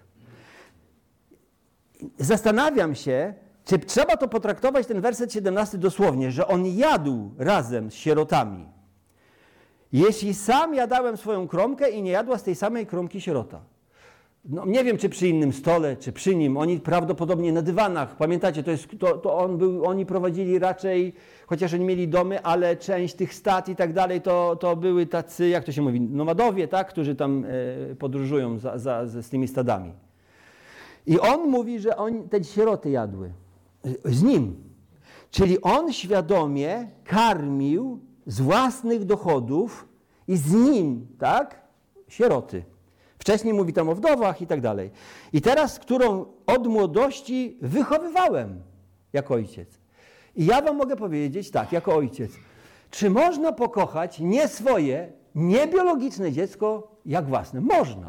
[SPEAKER 1] Zastanawiam się, czy trzeba to potraktować, ten werset 17 dosłownie, że on jadł razem z sierotami. Jeśli sam jadałem swoją kromkę i nie jadła z tej samej kromki sierota. No, nie wiem, czy przy innym stole, czy przy nim. Oni prawdopodobnie na dywanach. Pamiętacie, oni prowadzili raczej, chociaż oni mieli domy, ale część tych stad i tak dalej, to były tacy, jak to się mówi, nomadowie, tak, którzy tam podróżują z tymi stadami. I on mówi, że te sieroty jadły z nim. Czyli on świadomie karmił z własnych dochodów i z nim, tak, sieroty. Wcześniej mówi tam o wdowach i tak dalej. I teraz, którą od młodości wychowywałem jako ojciec. I ja wam mogę powiedzieć tak, jako ojciec, czy można pokochać nie swoje, nie biologiczne dziecko jak własne? Można.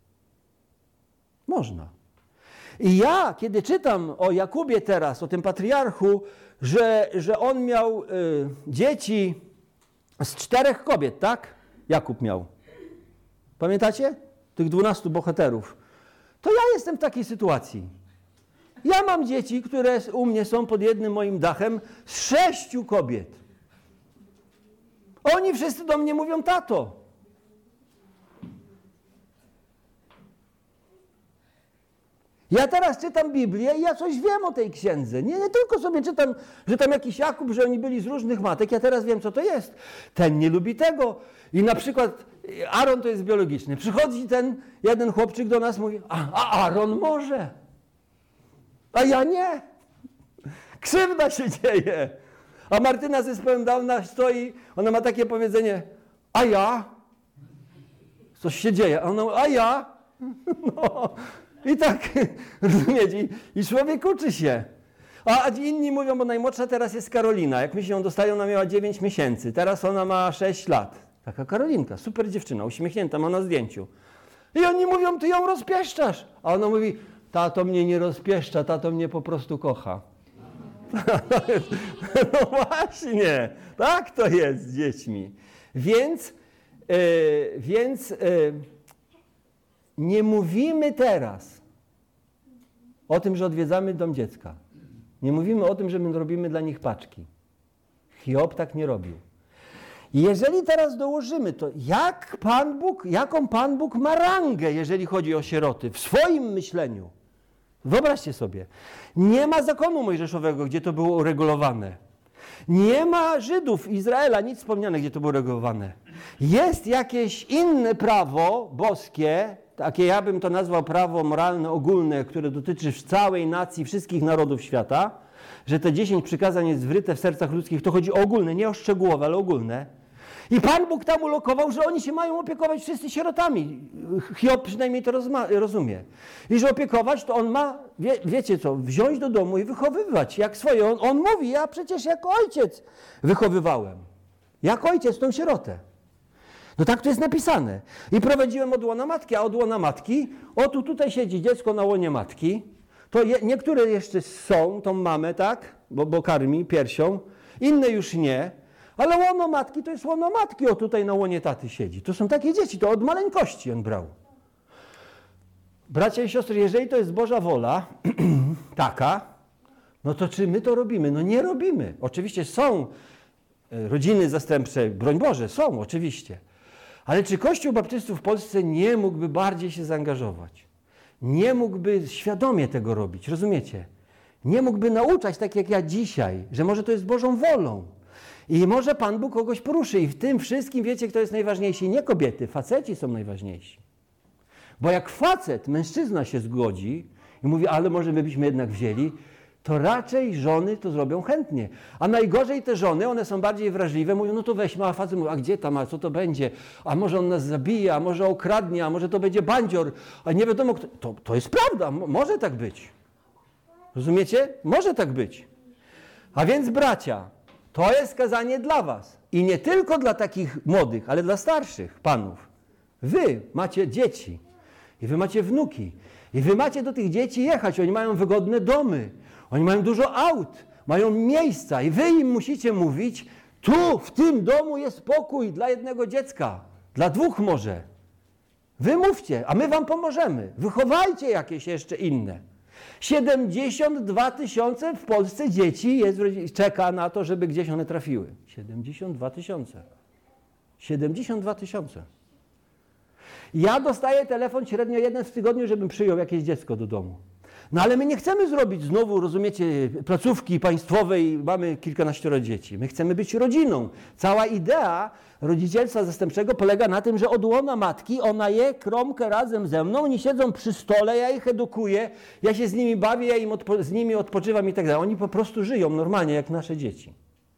[SPEAKER 1] Można. I ja, kiedy czytam o Jakubie teraz, o tym patriarchu, że on miał dzieci z 4 kobiet, tak? Jakub miał. Pamiętacie? Tych 12 bohaterów. To ja jestem w takiej sytuacji. Ja mam dzieci, które u mnie są pod jednym moim dachem z 6 kobiet. Oni wszyscy do mnie mówią, tato. Ja teraz czytam Biblię i ja coś wiem o tej księdze. Nie tylko sobie czytam, że tam jakiś Jakub, że oni byli z różnych matek. Ja teraz wiem, co to jest. Ten nie lubi tego. I na przykład Aaron to jest biologiczny. Przychodzi ten jeden chłopczyk do nas, mówi, a Aaron może. A ja nie. Krzywda się dzieje. A Martyna z zespołem Downa stoi, ona ma takie powiedzenie, a ja? Coś się dzieje. A ona mówi, a ja? No. I tak, rozumiecie, i człowiek uczy się. A inni mówią, bo najmłodsza teraz jest Karolina. Jak my się ją dostają, ona miała 9 miesięcy. Teraz ona ma 6 lat. Taka Karolinka, super dziewczyna, uśmiechnięta, ma na zdjęciu. I oni mówią, ty ją rozpieszczasz. A ona mówi, tato mnie nie rozpieszcza, tato mnie po prostu kocha. No właśnie, tak to jest z dziećmi. Więc nie mówimy teraz o tym, że odwiedzamy dom dziecka. Nie mówimy o tym, że my robimy dla nich paczki. Hiob tak nie robił. I jeżeli teraz dołożymy to, jaką Pan Bóg ma rangę, jeżeli chodzi o sieroty, w swoim myśleniu. Wyobraźcie sobie, nie ma zakonu mojżeszowego, gdzie to było uregulowane. Nie ma Żydów, Izraela, nic wspomniane, gdzie to było uregulowane. Jest jakieś inne prawo boskie, takie ja bym to nazwał prawo moralne ogólne, które dotyczy całej nacji, wszystkich narodów świata, że te 10 przykazań jest wryte w sercach ludzkich, to chodzi o ogólne, nie o szczegółowe, ale ogólne. I Pan Bóg tam ulokował, że oni się mają opiekować wszyscy sierotami. Hiob przynajmniej to rozumie. I że opiekować, to on ma, wiecie co, wziąć do domu i wychowywać jak swoje. On mówi, ja przecież jako ojciec wychowywałem. Jak ojciec tą sierotę. No tak to jest napisane. I prowadziłem od łona matki, a od łona matki, tutaj siedzi dziecko na łonie matki. To niektóre jeszcze są, tą mamę, tak, bo karmi piersią, inne już nie. Ale łono matki to jest łono matki, tutaj na łonie taty siedzi. To są takie dzieci, to od maleńkości on brał. Bracia i siostry, jeżeli to jest Boża wola, taka, no to czy my to robimy? No nie robimy. Oczywiście są rodziny zastępcze, broń Boże, są oczywiście. Ale czy Kościół Baptystów w Polsce nie mógłby bardziej się zaangażować? Nie mógłby świadomie tego robić, rozumiecie? Nie mógłby nauczać tak jak ja dzisiaj, że może to jest Bożą wolą. I może Pan Bóg kogoś poruszy. I w tym wszystkim wiecie, kto jest najważniejszy? Nie kobiety, faceci są najważniejsi. Bo jak facet, mężczyzna się zgodzi i mówi, ale może my byśmy jednak wzięli, to raczej żony to zrobią chętnie. A najgorzej te żony, one są bardziej wrażliwe, mówią, no to weźmy, a facet mówi, a gdzie tam, a co to będzie? A może on nas zabije, a może okradnie, a może to będzie bandzior, a nie wiadomo kto. To jest prawda, może tak być. Rozumiecie? Może tak być. A więc bracia, to jest kazanie dla was. I nie tylko dla takich młodych, ale dla starszych panów. Wy macie dzieci i wy macie wnuki. I wy macie do tych dzieci jechać. Oni mają wygodne domy. Oni mają dużo aut. Mają miejsca. I wy im musicie mówić, tu w tym domu jest pokój dla jednego dziecka. Dla 2 może. Wy mówcie, a my wam pomożemy. Wychowajcie jakieś jeszcze inne. 72 000 w Polsce dzieci czeka na to, żeby gdzieś one trafiły. 72 000. 72 000. Ja dostaję telefon średnio 1 w tygodniu, żebym przyjął jakieś dziecko do domu. No ale my nie chcemy zrobić znowu, rozumiecie, placówki państwowej, mamy kilkanaścioro dzieci. My chcemy być rodziną. Cała idea rodzicielstwa zastępczego polega na tym, że od łona matki ona je kromkę razem ze mną, oni siedzą przy stole, ja ich edukuję, ja się z nimi bawię, ja z nimi odpoczywam i tak dalej. Oni po prostu żyją normalnie jak nasze dzieci.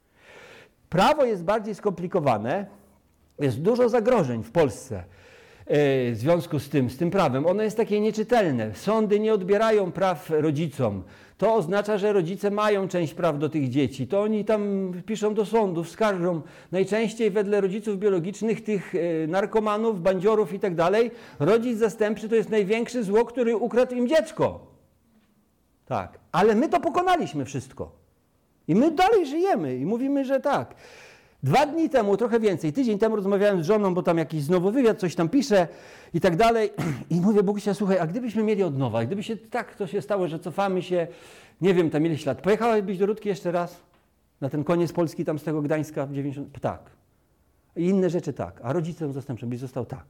[SPEAKER 1] Prawo jest bardziej skomplikowane, jest dużo zagrożeń w Polsce. W związku z tym prawem. Ono jest takie nieczytelne. Sądy nie odbierają praw rodzicom. To oznacza, że rodzice mają część praw do tych dzieci. To oni tam piszą do sądów, skarżą. Najczęściej wedle rodziców biologicznych, tych narkomanów, bandziorów i tak dalej, rodzic zastępczy to jest największe zło, który ukradł im dziecko. Tak. Ale my to pokonaliśmy wszystko. I my dalej żyjemy i mówimy, że tak. 2 dni temu, trochę więcej, tydzień temu rozmawiałem z żoną, bo tam jakiś znowu wywiad, coś tam pisze i tak dalej. I mówię, Bogusia, słuchaj, a gdybyśmy mieli od nowa, gdyby się tak to się stało, że cofamy się, nie wiem, tam ileś lat, pojechałbyś do Rudki jeszcze raz? Na ten koniec Polski, tam z tego Gdańska w 90? Tak. I inne rzeczy tak. A rodzicem zastępczym byś został tak.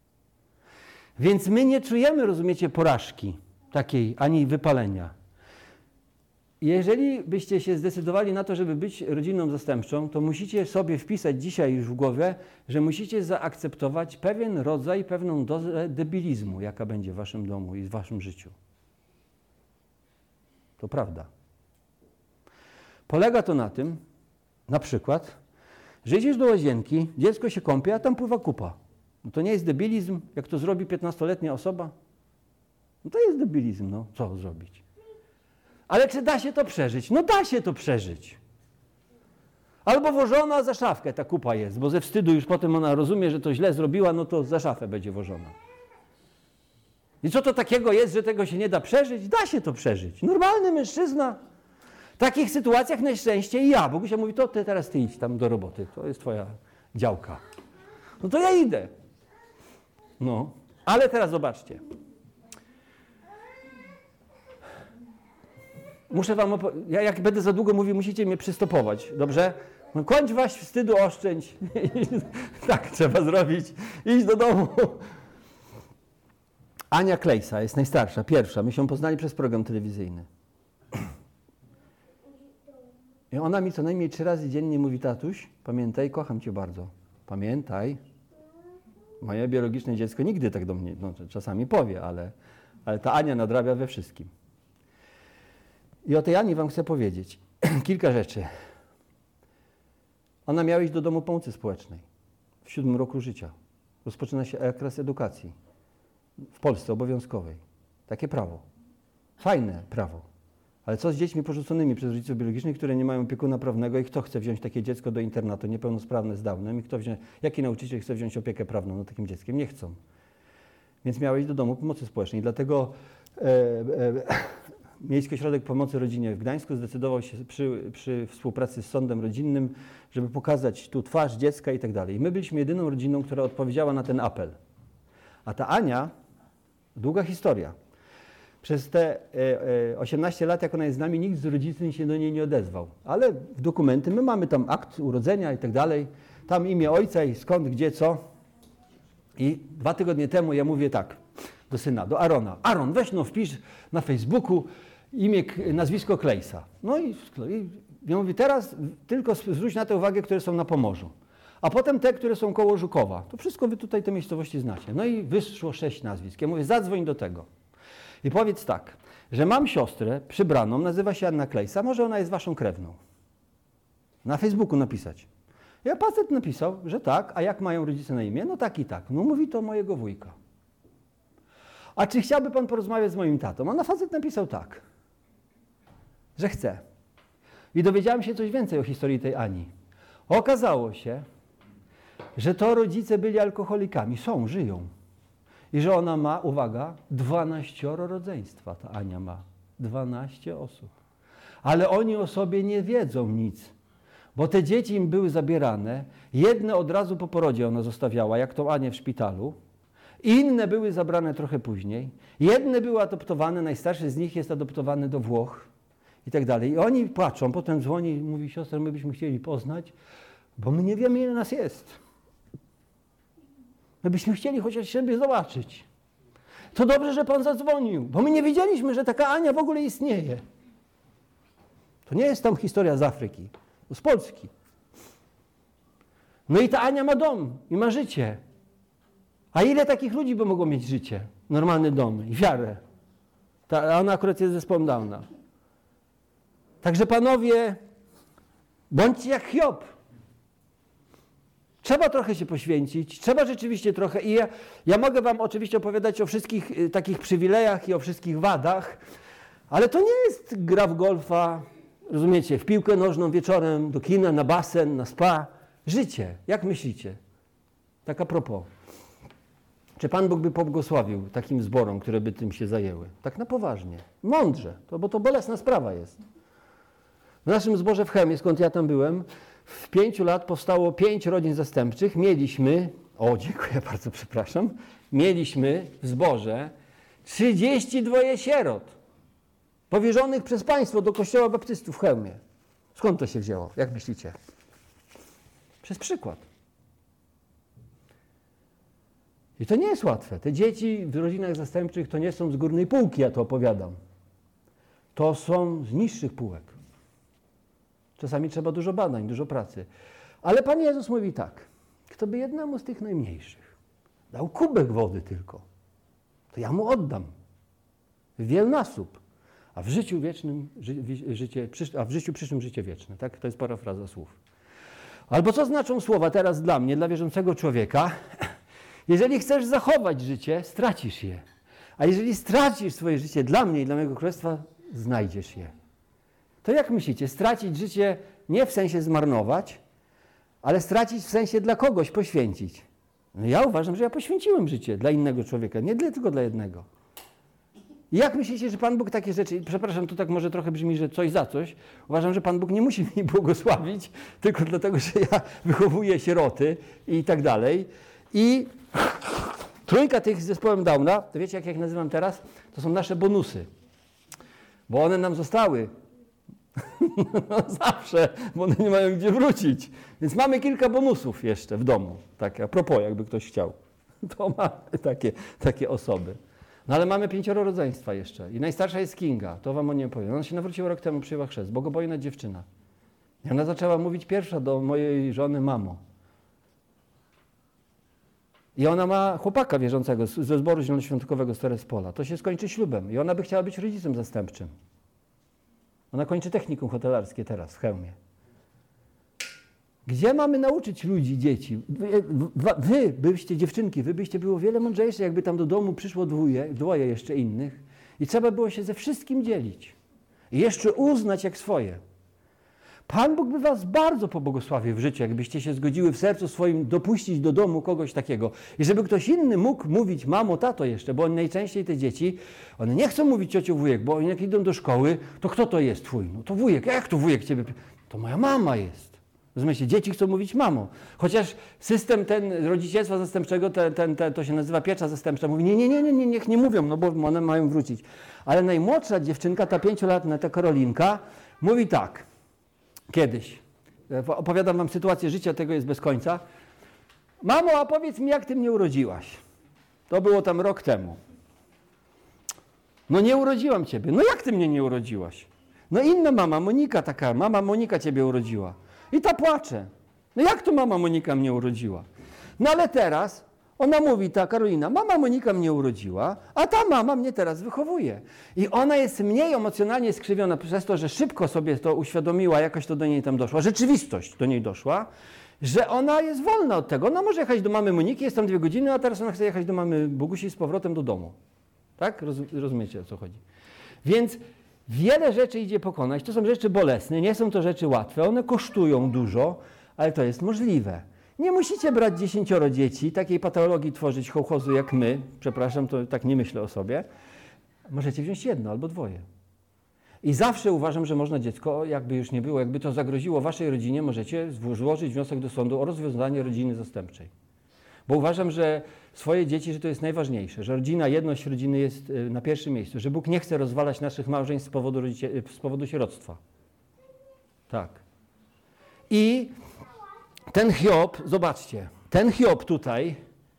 [SPEAKER 1] Więc my nie czujemy, rozumiecie, porażki takiej, ani wypalenia. Jeżeli byście się zdecydowali na to, żeby być rodziną zastępczą, to musicie sobie wpisać dzisiaj już w głowę, że musicie zaakceptować pewien rodzaj, pewną dozę debilizmu, jaka będzie w waszym domu i w waszym życiu. To prawda. Polega to na tym, na przykład, że idziesz do łazienki, dziecko się kąpie, a tam pływa kupa. No to nie jest debilizm, jak to zrobi 15-letnia osoba? No to jest debilizm, no co zrobić? Ale czy da się to przeżyć? No da się to przeżyć. Albo włożona za szafkę ta kupa jest, bo ze wstydu już potem ona rozumie, że to źle zrobiła, no to za szafę będzie włożona. I co to takiego jest, że tego się nie da przeżyć? Da się to przeżyć. Normalny mężczyzna. W takich sytuacjach najszczęściej ja. Bogusia mówi, to teraz ty idź tam do roboty. To jest twoja działka. No to ja idę. No, ale teraz zobaczcie. Muszę wam ja jak będę za długo mówił, musicie mnie przystopować, dobrze? No, kończ was wstydu, oszczędź. Tak trzeba zrobić. Idź do domu. Ania Klejsa jest najstarsza, pierwsza. My się poznali przez program telewizyjny. I ona mi co najmniej 3 razy dziennie mówi, tatuś, pamiętaj, kocham cię bardzo. Pamiętaj. Moje biologiczne dziecko nigdy tak do mnie, no czasami powie, ale ta Ania nadrabia we wszystkim. I o tej Ani wam chcę powiedzieć kilka rzeczy. Ona miała iść do domu pomocy społecznej w 7 roku życia. Rozpoczyna się okres edukacji w Polsce obowiązkowej. Takie prawo. Fajne prawo. Ale co z dziećmi porzuconymi przez rodziców biologicznych, które nie mają opiekuna prawnego i kto chce wziąć takie dziecko do internatu, niepełnosprawne z Downem i jaki nauczyciel chce wziąć opiekę prawną nad takim dzieckiem? Nie chcą. Więc miała iść do domu pomocy społecznej. Dlatego Miejski Ośrodek Pomocy Rodzinie w Gdańsku zdecydował się przy współpracy z sądem rodzinnym, żeby pokazać tu twarz dziecka i tak dalej. I my byliśmy jedyną rodziną, która odpowiedziała na ten apel. A ta Ania, długa historia. Przez te 18 lat, jak ona jest z nami, nikt z rodziców się do niej nie odezwał. Ale w dokumenty, my mamy tam akt urodzenia i tak dalej, tam imię ojca i skąd, gdzie, co. I 2 tygodnie temu ja mówię tak do syna, do Arona. Aron, weź no wpisz na Facebooku nazwisko Klejsa. No i ja mówię, teraz tylko zwróć na tę uwagę, które są na Pomorzu. A potem te, które są koło Żukowa. To wszystko wy tutaj te miejscowości znacie. No i wyszło 6 nazwisk. Ja mówię, zadzwoń do tego. I powiedz tak, że mam siostrę przybraną, nazywa się Anna Klejsa, może ona jest waszą krewną. Na Facebooku napisać. Ja facet napisał, że tak, a jak mają rodzice na imię? No tak i tak. No mówi to mojego wujka. A czy chciałby pan porozmawiać z moim tatą? A na facet napisał tak, że chce. I dowiedziałem się coś więcej o historii tej Ani. Okazało się, że to rodzice byli alkoholikami. Są, żyją. I że ona ma, uwaga, 12 rodzeństwa ta Ania ma. 12 osób. Ale oni o sobie nie wiedzą nic. Bo te dzieci im były zabierane. Jedne od razu po porodzie ona zostawiała, jak tą Anię w szpitalu. Inne były zabrane trochę później. Jedne były adoptowane, najstarszy z nich jest adoptowany do Włoch i tak dalej. I oni płaczą, potem dzwoni i mówi, siostra, my byśmy chcieli poznać, bo my nie wiemy, ile nas jest. My byśmy chcieli chociaż siebie zobaczyć. To dobrze, że pan zadzwonił, bo my nie wiedzieliśmy, że taka Ania w ogóle istnieje. To nie jest tam historia z Afryki, to z Polski. No i ta Ania ma dom i ma życie. A ile takich ludzi by mogło mieć życie? Normalny dom i wiarę. Ona akurat jest zespołem Downa. Także panowie, bądźcie jak Hiob. Trzeba trochę się poświęcić, trzeba rzeczywiście trochę. I ja mogę wam oczywiście opowiadać o wszystkich takich przywilejach i o wszystkich wadach, ale to nie jest gra w golfa, rozumiecie, w piłkę nożną wieczorem, do kina, na basen, na spa. Życie. Jak myślicie? Tak a propos. Czy Pan Bóg by pobłogosławił takim zborom, które by tym się zajęły? Tak na poważnie. Mądrze, bo to bolesna sprawa jest. W naszym zborze w Chełmie, skąd ja tam byłem, w 5 lat powstało 5 rodzin zastępczych. Mieliśmy, dziękuję bardzo, przepraszam, mieliśmy w zborze 32 sierot powierzonych przez państwo do Kościoła Baptystów w Chełmie. Skąd to się wzięło? Jak myślicie? Przez przykład. I to nie jest łatwe. Te dzieci w rodzinach zastępczych to nie są z górnej półki, ja to opowiadam. To są z niższych półek. Czasami trzeba dużo badań, dużo pracy. Ale Pan Jezus mówi tak, kto by jednemu z tych najmniejszych dał kubek wody tylko, to ja mu oddam wielnasób, a w życiu wiecznym a w życiu przyszłym życie wieczne. Tak? To jest parafraza słów. Albo co znaczą słowa teraz dla mnie, dla wierzącego człowieka? Jeżeli chcesz zachować życie, stracisz je. A jeżeli stracisz swoje życie dla mnie i dla mojego królestwa, znajdziesz je. To jak myślicie, stracić życie nie w sensie zmarnować, ale stracić w sensie dla kogoś poświęcić? No ja uważam, że ja poświęciłem życie dla innego człowieka, nie tylko dla jednego. I jak myślicie, że Pan Bóg takie rzeczy, przepraszam, to tak może trochę brzmi, że coś za coś, uważam, że Pan Bóg nie musi mi błogosławić, tylko dlatego, że ja wychowuję sieroty i tak dalej. I trójka tych z zespołem Downa, to wiecie, jak nazywam teraz? To są nasze bonusy, bo one nam zostały. No zawsze, bo one nie mają gdzie wrócić. Więc mamy kilka bonusów jeszcze w domu. Tak, a propos, jakby ktoś chciał. To mamy takie osoby. No ale mamy 5 rodzeństwa jeszcze. I najstarsza jest Kinga. To wam o niej powiem. Ona się nawróciła rok temu, przyjęła chrzest. Bogobojna dziewczyna. I ona zaczęła mówić pierwsza do mojej żony mamo. I ona ma chłopaka wierzącego ze zboru zielonoświątkowego z Terespola. To się skończy ślubem. I ona by chciała być rodzicem zastępczym. Ona kończy technikum hotelarskie teraz w Chełmie. Gdzie mamy nauczyć ludzi, dzieci? Wy byście dziewczynki, wy byście było wiele mądrzejsze, jakby tam do domu przyszło dwoje jeszcze innych i trzeba było się ze wszystkim dzielić. I jeszcze uznać jak swoje. Pan Bóg by was bardzo pobłogosławił w życiu, jakbyście się zgodziły w sercu swoim dopuścić do domu kogoś takiego. I żeby ktoś inny mógł mówić mamo, tato jeszcze, bo najczęściej te dzieci, one nie chcą mówić ciociu, wujek, bo jak idą do szkoły, to kto to jest twój? No to wujek. Jak to wujek ciebie? To moja mama jest. Rozumiecie? Dzieci chcą mówić mamo. Chociaż system ten rodzicielstwa zastępczego, to się nazywa piecza zastępcza, mówi nie, niech nie mówią, no bo one mają wrócić. Ale najmłodsza dziewczynka, ta 5-letnia, ta Karolinka, mówi tak. Kiedyś. Opowiadam wam sytuację życia, tego jest bez końca. Mamo, a powiedz mi, jak ty mnie urodziłaś? To było tam rok temu. No nie urodziłam ciebie. No jak ty mnie nie urodziłaś? No inna mama, Monika taka, mama Monika ciebie urodziła. I ta płacze. No jak to mama Monika mnie urodziła? No ale teraz ona mówi, ta Karolina, mama Monika mnie urodziła, a ta mama mnie teraz wychowuje. I ona jest mniej emocjonalnie skrzywiona przez to, że szybko sobie to uświadomiła, jakoś to do niej tam doszła, rzeczywistość do niej doszła, że ona jest wolna od tego. Ona może jechać do mamy Moniki, jest tam 2 godziny, a teraz ona chce jechać do mamy Bogusi z powrotem do domu. Tak? Rozumiecie, o co chodzi? Więc wiele rzeczy idzie pokonać. To są rzeczy bolesne, nie są to rzeczy łatwe, one kosztują dużo, ale to jest możliwe. Nie musicie brać 10 dzieci, takiej patologii tworzyć kołchozu jak my, przepraszam, to tak nie myślę o sobie. Możecie wziąć 1 albo 2. I zawsze uważam, że można dziecko, jakby już nie było, jakby to zagroziło waszej rodzinie, możecie złożyć wniosek do sądu o rozwiązanie rodziny zastępczej. Bo uważam, że swoje dzieci, że to jest najważniejsze, że rodzina, jedność rodziny jest na pierwszym miejscu, że Bóg nie chce rozwalać naszych małżeństw z powodu sieroctwa. Tak. I ten Hiob, zobaczcie, ten Hiob tutaj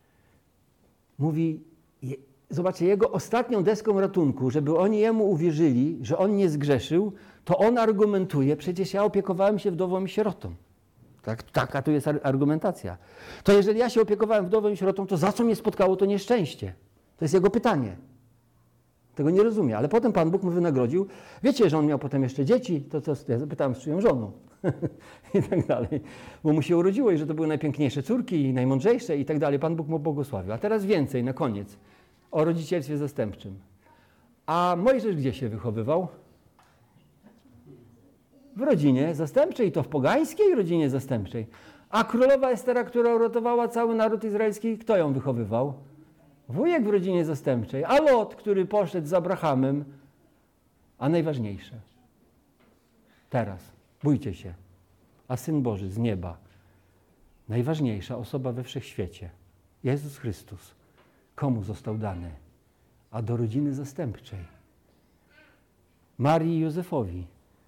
[SPEAKER 1] mówi, zobaczcie, jego ostatnią deską ratunku, żeby oni jemu uwierzyli, że on nie zgrzeszył, to on argumentuje, przecież ja opiekowałem się wdową i sierotą. Tak, taka tu jest argumentacja. To jeżeli ja się opiekowałem wdową i sierotą, to za co mnie spotkało to nieszczęście? To jest jego pytanie. Tego nie rozumie, ale potem Pan Bóg mu wynagrodził. Wiecie, że on miał potem jeszcze dzieci, to co ja zapytałem z czyją żoną i tak dalej, bo mu się urodziło i że to były najpiękniejsze córki i najmądrzejsze i tak dalej. Pan Bóg mu błogosławił. A teraz więcej, na koniec, o rodzicielstwie zastępczym. A Mojżesz gdzie się wychowywał? W rodzinie zastępczej, i to w pogańskiej rodzinie zastępczej. A królowa Estera, która uratowała cały naród izraelski, kto ją wychowywał? Wujek w rodzinie zastępczej, a Lot, który poszedł z Abrahamem, a najważniejsze, teraz, bójcie się, a Syn Boży z nieba, najważniejsza osoba we wszechświecie, Jezus Chrystus, komu został dany? A do rodziny zastępczej, Marii i Józefowi.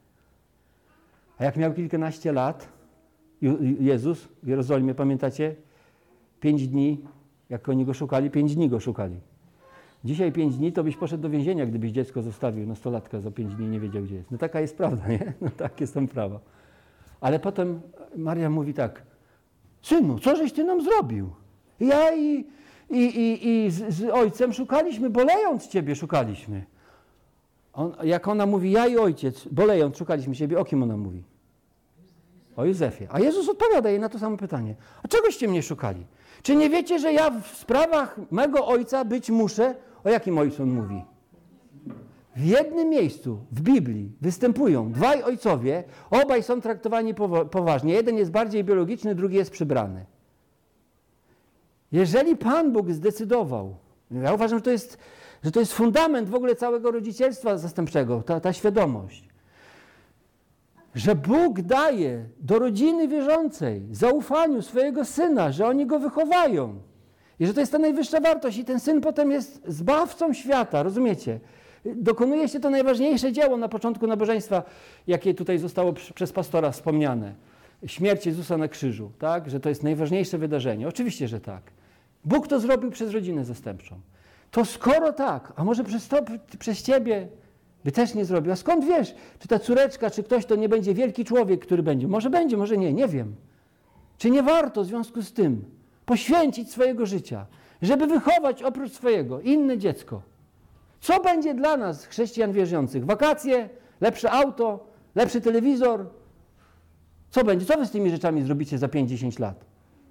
[SPEAKER 1] A jak miał kilkanaście lat, Jezus w Jerozolimie, pamiętacie? 5 dni, jak oni go szukali, 5 dni go szukali. Dzisiaj 5 dni, to byś poszedł do więzienia, gdybyś dziecko zostawił, nastolatka za 5 dni nie wiedział, gdzie jest. No taka jest prawda, nie? No takie są prawa. Ale potem Maria mówi tak, synu, co żeś ty nam zrobił? Ja i z ojcem szukaliśmy, bolejąc ciebie szukaliśmy. Jak ona mówi, ja i ojciec, bolejąc szukaliśmy ciebie, o kim ona mówi? O Józefie. A Jezus odpowiada jej na to samo pytanie. A czegoście mnie szukali? Czy nie wiecie, że ja w sprawach mego ojca być muszę? O jakim ojcu on mówi? W jednym miejscu w Biblii występują 2 ojcowie, obaj są traktowani poważnie. Jeden jest bardziej biologiczny, drugi jest przybrany. Jeżeli Pan Bóg zdecydował, ja uważam, że to jest Że to jest fundament w ogóle całego rodzicielstwa zastępczego, ta świadomość. Że Bóg daje do rodziny wierzącej zaufaniu swojego Syna, że oni Go wychowają. I że to jest ta najwyższa wartość i ten Syn potem jest zbawcą świata, rozumiecie? Dokonuje się to najważniejsze dzieło na początku nabożeństwa, jakie tutaj zostało przez pastora wspomniane. Śmierć Jezusa na krzyżu, tak? Że to jest najważniejsze wydarzenie. Oczywiście, że tak. Bóg to zrobił przez rodzinę zastępczą. To skoro tak, a może przez ciebie by też nie zrobił. A skąd wiesz, czy ta córeczka, czy ktoś to nie będzie wielki człowiek, który będzie? Może nie, nie wiem. Czy nie warto w związku z tym poświęcić swojego życia, żeby wychować oprócz swojego inne dziecko? Co będzie dla nas, chrześcijan wierzących? Wakacje, lepsze auto, lepszy telewizor? Co będzie? Co wy z tymi rzeczami zrobicie za 5-10 lat?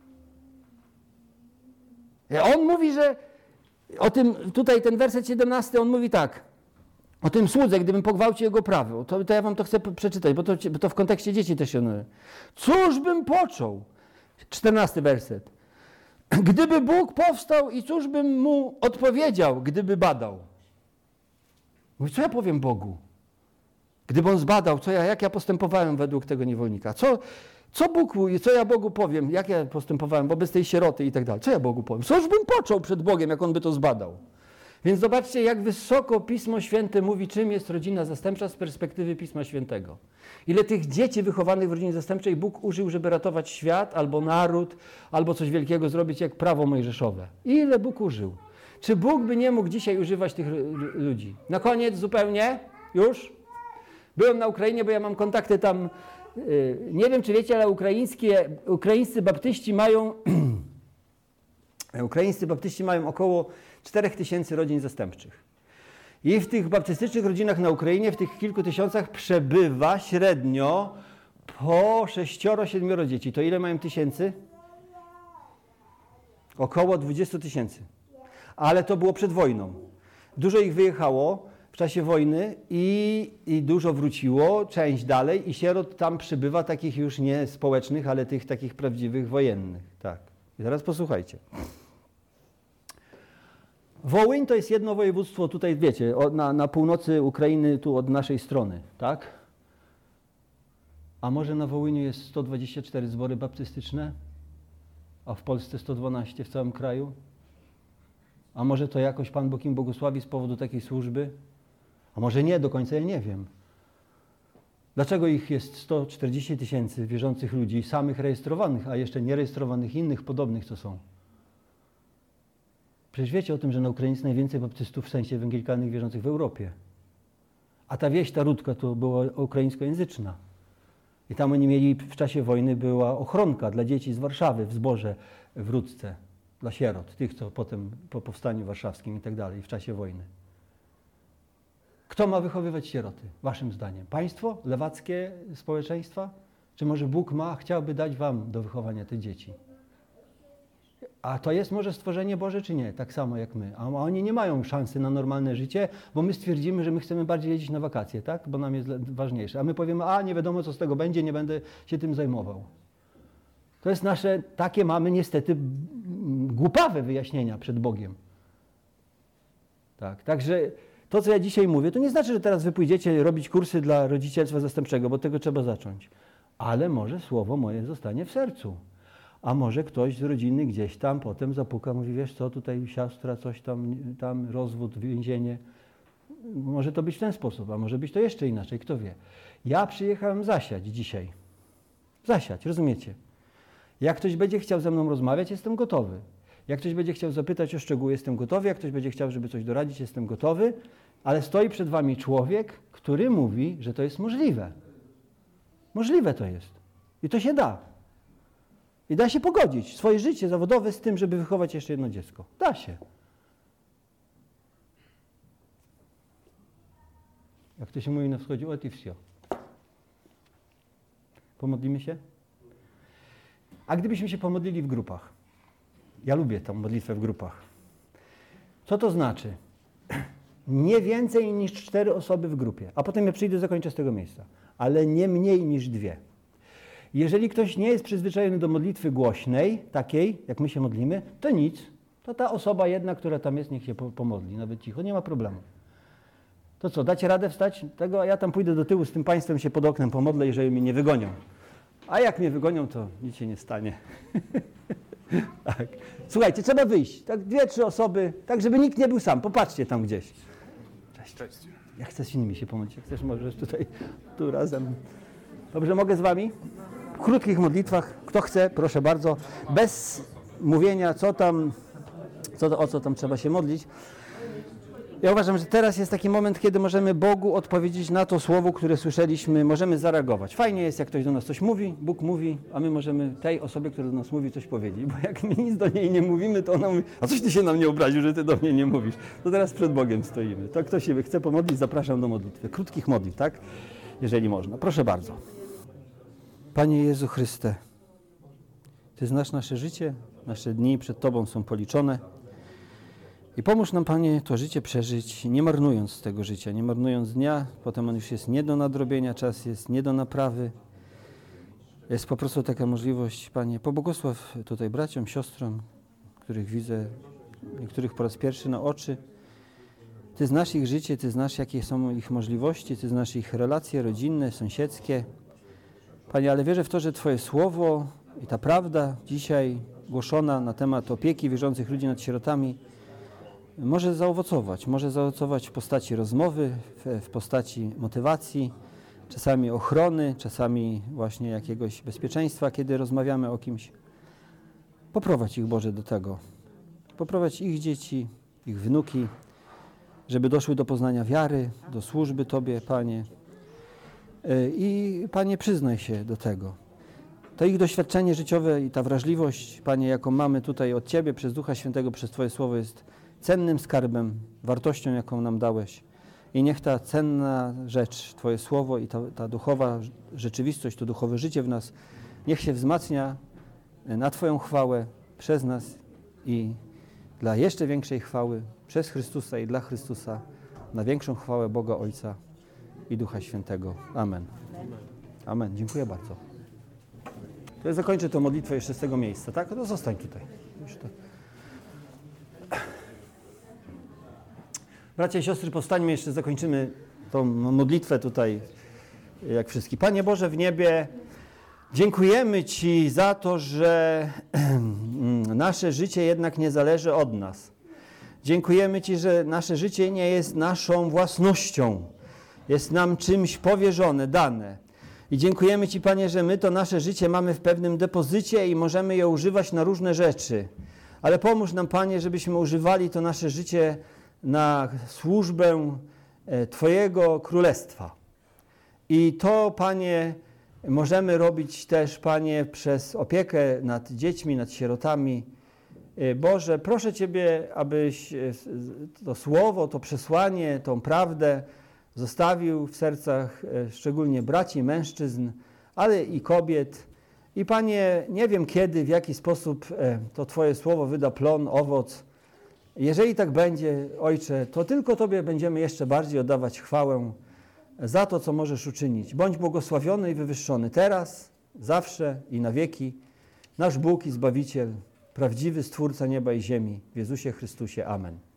[SPEAKER 1] On mówi, że o tym, tutaj ten werset 17, on mówi tak, o tym słudze, gdybym pogwałcił jego prawo, to ja wam to chcę przeczytać, bo to w kontekście dzieci też się mówi. Cóż bym począł? 14 werset. Gdyby Bóg powstał i cóż bym mu odpowiedział, gdyby badał? Mówi, co ja powiem Bogu? Gdyby on zbadał, jak ja postępowałem według tego niewolnika? Co ja Bogu powiem? Jak ja postępowałem wobec tej sieroty i tak dalej? Co ja Bogu powiem? Cóż bym począł przed Bogiem, jak on by to zbadał? Więc zobaczcie, jak wysoko Pismo Święte mówi, czym jest rodzina zastępcza z perspektywy Pisma Świętego. Ile tych dzieci wychowanych w rodzinie zastępczej Bóg użył, żeby ratować świat, albo naród, albo coś wielkiego zrobić, jak prawo mojżeszowe. Ile Bóg użył? Czy Bóg by nie mógł dzisiaj używać tych ludzi? Na koniec zupełnie, już. Byłem na Ukrainie, bo ja mam kontakty tam, nie wiem czy wiecie, ale ukraińscy baptyści mają około 4000 rodzin zastępczych. I w tych baptystycznych rodzinach na Ukrainie, w tych kilku tysiącach przebywa średnio po 6-7 dzieci. To ile mają tysięcy? Około 20 000. Ale to było przed wojną. Dużo ich wyjechało w czasie wojny i dużo wróciło, część dalej i sierot tam przybywa, takich już nie społecznych, ale tych takich prawdziwych wojennych. Tak. I teraz posłuchajcie. Wołyń to jest jedno województwo tutaj, wiecie, na północy Ukrainy, tu od naszej strony, tak? A może na Wołyniu jest 124 zbory baptystyczne, a w Polsce 112 w całym kraju? A może to jakoś Pan Bóg im błogosławi z powodu takiej służby? A może nie, do końca ja nie wiem. Dlaczego ich jest 140 000 wierzących ludzi, samych rejestrowanych, a jeszcze nierejestrowanych innych podobnych, co są? Przecież wiecie o tym, że na Ukrainie jest najwięcej baptystów w sensie ewangelikalnych wierzących w Europie. A ta wieś, ta Rudka, to była ukraińskojęzyczna. I tam oni mieli, w czasie wojny była ochronka dla dzieci z Warszawy w zborze w Rudce, dla sierot, tych, co potem po powstaniu warszawskim i tak dalej, w czasie wojny. Kto ma wychowywać sieroty, waszym zdaniem? Państwo? Lewackie społeczeństwa? Czy może Bóg chciałby dać wam do wychowania tych dzieci? A to jest może stworzenie Boże, czy nie? Tak samo jak my. A oni nie mają szansy na normalne życie, bo my stwierdzimy, że my chcemy bardziej jeździć na wakacje, tak? Bo nam jest ważniejsze. A my powiemy, nie wiadomo co z tego będzie, nie będę się tym zajmował. To jest nasze, takie mamy niestety głupawe wyjaśnienia przed Bogiem. Tak, także to, co ja dzisiaj mówię, to nie znaczy, że teraz wy pójdziecie robić kursy dla rodzicielstwa zastępczego, bo tego trzeba zacząć. Ale może słowo moje zostanie w sercu. A może ktoś z rodziny gdzieś tam potem zapuka, mówi, wiesz co, tutaj siostra, coś tam rozwód, więzienie. Może to być w ten sposób, a może być to jeszcze inaczej, kto wie. Ja przyjechałem zasiać dzisiaj. Zasiać, rozumiecie? Jak ktoś będzie chciał ze mną rozmawiać, jestem gotowy. Jak ktoś będzie chciał zapytać o szczegóły, jestem gotowy. Jak ktoś będzie chciał, żeby coś doradzić, jestem gotowy. Ale stoi przed wami człowiek, który mówi, że to jest możliwe. Możliwe to jest. I to się da. I da się pogodzić swoje życie zawodowe z tym, żeby wychować jeszcze jedno dziecko. Da się. Jak to się mówi na wschodzie, ot i wsio. Pomodlimy się? A gdybyśmy się pomodlili w grupach? Ja lubię tę modlitwę w grupach. Co to znaczy? Nie więcej niż 4 osoby w grupie. A potem ja przyjdę, zakończę z tego miejsca. Ale nie mniej niż 2. Jeżeli ktoś nie jest przyzwyczajony do modlitwy głośnej, takiej, jak my się modlimy, to nic. to ta osoba jedna, która tam jest, niech się pomodli, nawet cicho, nie ma problemu. To co, dacie radę wstać? Tego, a ja tam pójdę do tyłu z tym państwem, się pod oknem pomodlę, jeżeli mnie nie wygonią. A jak mnie wygonią, to nic się nie stanie. Tak. Słuchajcie, trzeba wyjść. Tak 2-3 osoby, tak żeby nikt nie był sam. Popatrzcie tam gdzieś. Cześć. Cześć. Jak chcesz z innymi się pomodlić? Jak chcesz, możesz tutaj, tu razem. Dobrze, mogę z wami? W krótkich modlitwach. Kto chce, proszę bardzo. Bez mówienia, o co tam trzeba się modlić. Ja uważam, że teraz jest taki moment, kiedy możemy Bogu odpowiedzieć na to słowo, które słyszeliśmy, możemy zareagować. Fajnie jest, jak ktoś do nas coś mówi, Bóg mówi, a my możemy tej osobie, która do nas mówi, coś powiedzieć. Bo jak my nic do niej nie mówimy, to ona mówi, a coś ty się na mnie obraził, że ty do mnie nie mówisz. To teraz przed Bogiem stoimy. To kto się chce pomodlić, zapraszam do modlitwy. Krótkich modlitw, tak? Jeżeli można. Proszę bardzo. Panie Jezu Chryste, Ty znasz nasze życie, nasze dni przed Tobą są policzone. I pomóż nam, Panie, to życie przeżyć, nie marnując tego życia, nie marnując dnia, potem on już jest nie do nadrobienia, czas jest nie do naprawy. Jest po prostu taka możliwość, Panie, pobłogosław tutaj braciom, siostrom, których widzę, niektórych po raz pierwszy na oczy. Ty znasz ich życie, Ty znasz, jakie są ich możliwości, Ty znasz ich relacje rodzinne, sąsiedzkie. Panie, ale wierzę w to, że Twoje słowo i ta prawda dzisiaj głoszona na temat opieki wierzących ludzi nad sierotami może zaowocować w postaci rozmowy, w postaci motywacji, czasami ochrony, czasami właśnie jakiegoś bezpieczeństwa, kiedy rozmawiamy o kimś. Poprowadź ich, Boże, do tego. Poprowadź ich dzieci, ich wnuki, żeby doszły do poznania wiary, do służby Tobie, Panie. I, Panie, przyznaj się do tego. To ich doświadczenie życiowe i ta wrażliwość, Panie, jaką mamy tutaj od Ciebie, przez Ducha Świętego, przez Twoje słowo jest cennym skarbem, wartością, jaką nam dałeś. I niech ta cenna rzecz, Twoje słowo i ta duchowa rzeczywistość, to duchowe życie w nas, niech się wzmacnia na Twoją chwałę przez nas i dla jeszcze większej chwały przez Chrystusa i dla Chrystusa, na większą chwałę Boga Ojca i Ducha Świętego. Amen. Amen. Dziękuję bardzo. To ja zakończę tę modlitwę jeszcze z tego miejsca, tak? No zostań tutaj. Bracia i siostry, powstańmy jeszcze, zakończymy tą modlitwę tutaj, jak wszystkich. Panie Boże w niebie, dziękujemy Ci za to, że nasze życie jednak nie zależy od nas. Dziękujemy Ci, że nasze życie nie jest naszą własnością. Jest nam czymś powierzone, dane. I dziękujemy Ci, Panie, że my to nasze życie mamy w pewnym depozycie i możemy je używać na różne rzeczy. Ale pomóż nam, Panie, żebyśmy używali to nasze życie na służbę Twojego Królestwa. I to, Panie, możemy robić też, Panie, przez opiekę nad dziećmi, nad sierotami. Boże, proszę Ciebie, abyś to słowo, to przesłanie, tą prawdę zostawił w sercach szczególnie braci, mężczyzn, ale i kobiet. I Panie, nie wiem kiedy, w jaki sposób to Twoje słowo wyda plon, owoc. Jeżeli tak będzie, Ojcze, to tylko Tobie będziemy jeszcze bardziej oddawać chwałę za to, co możesz uczynić. Bądź błogosławiony i wywyższony teraz, zawsze i na wieki. Nasz Bóg i Zbawiciel, prawdziwy Stwórca nieba i ziemi, w Jezusie Chrystusie. Amen.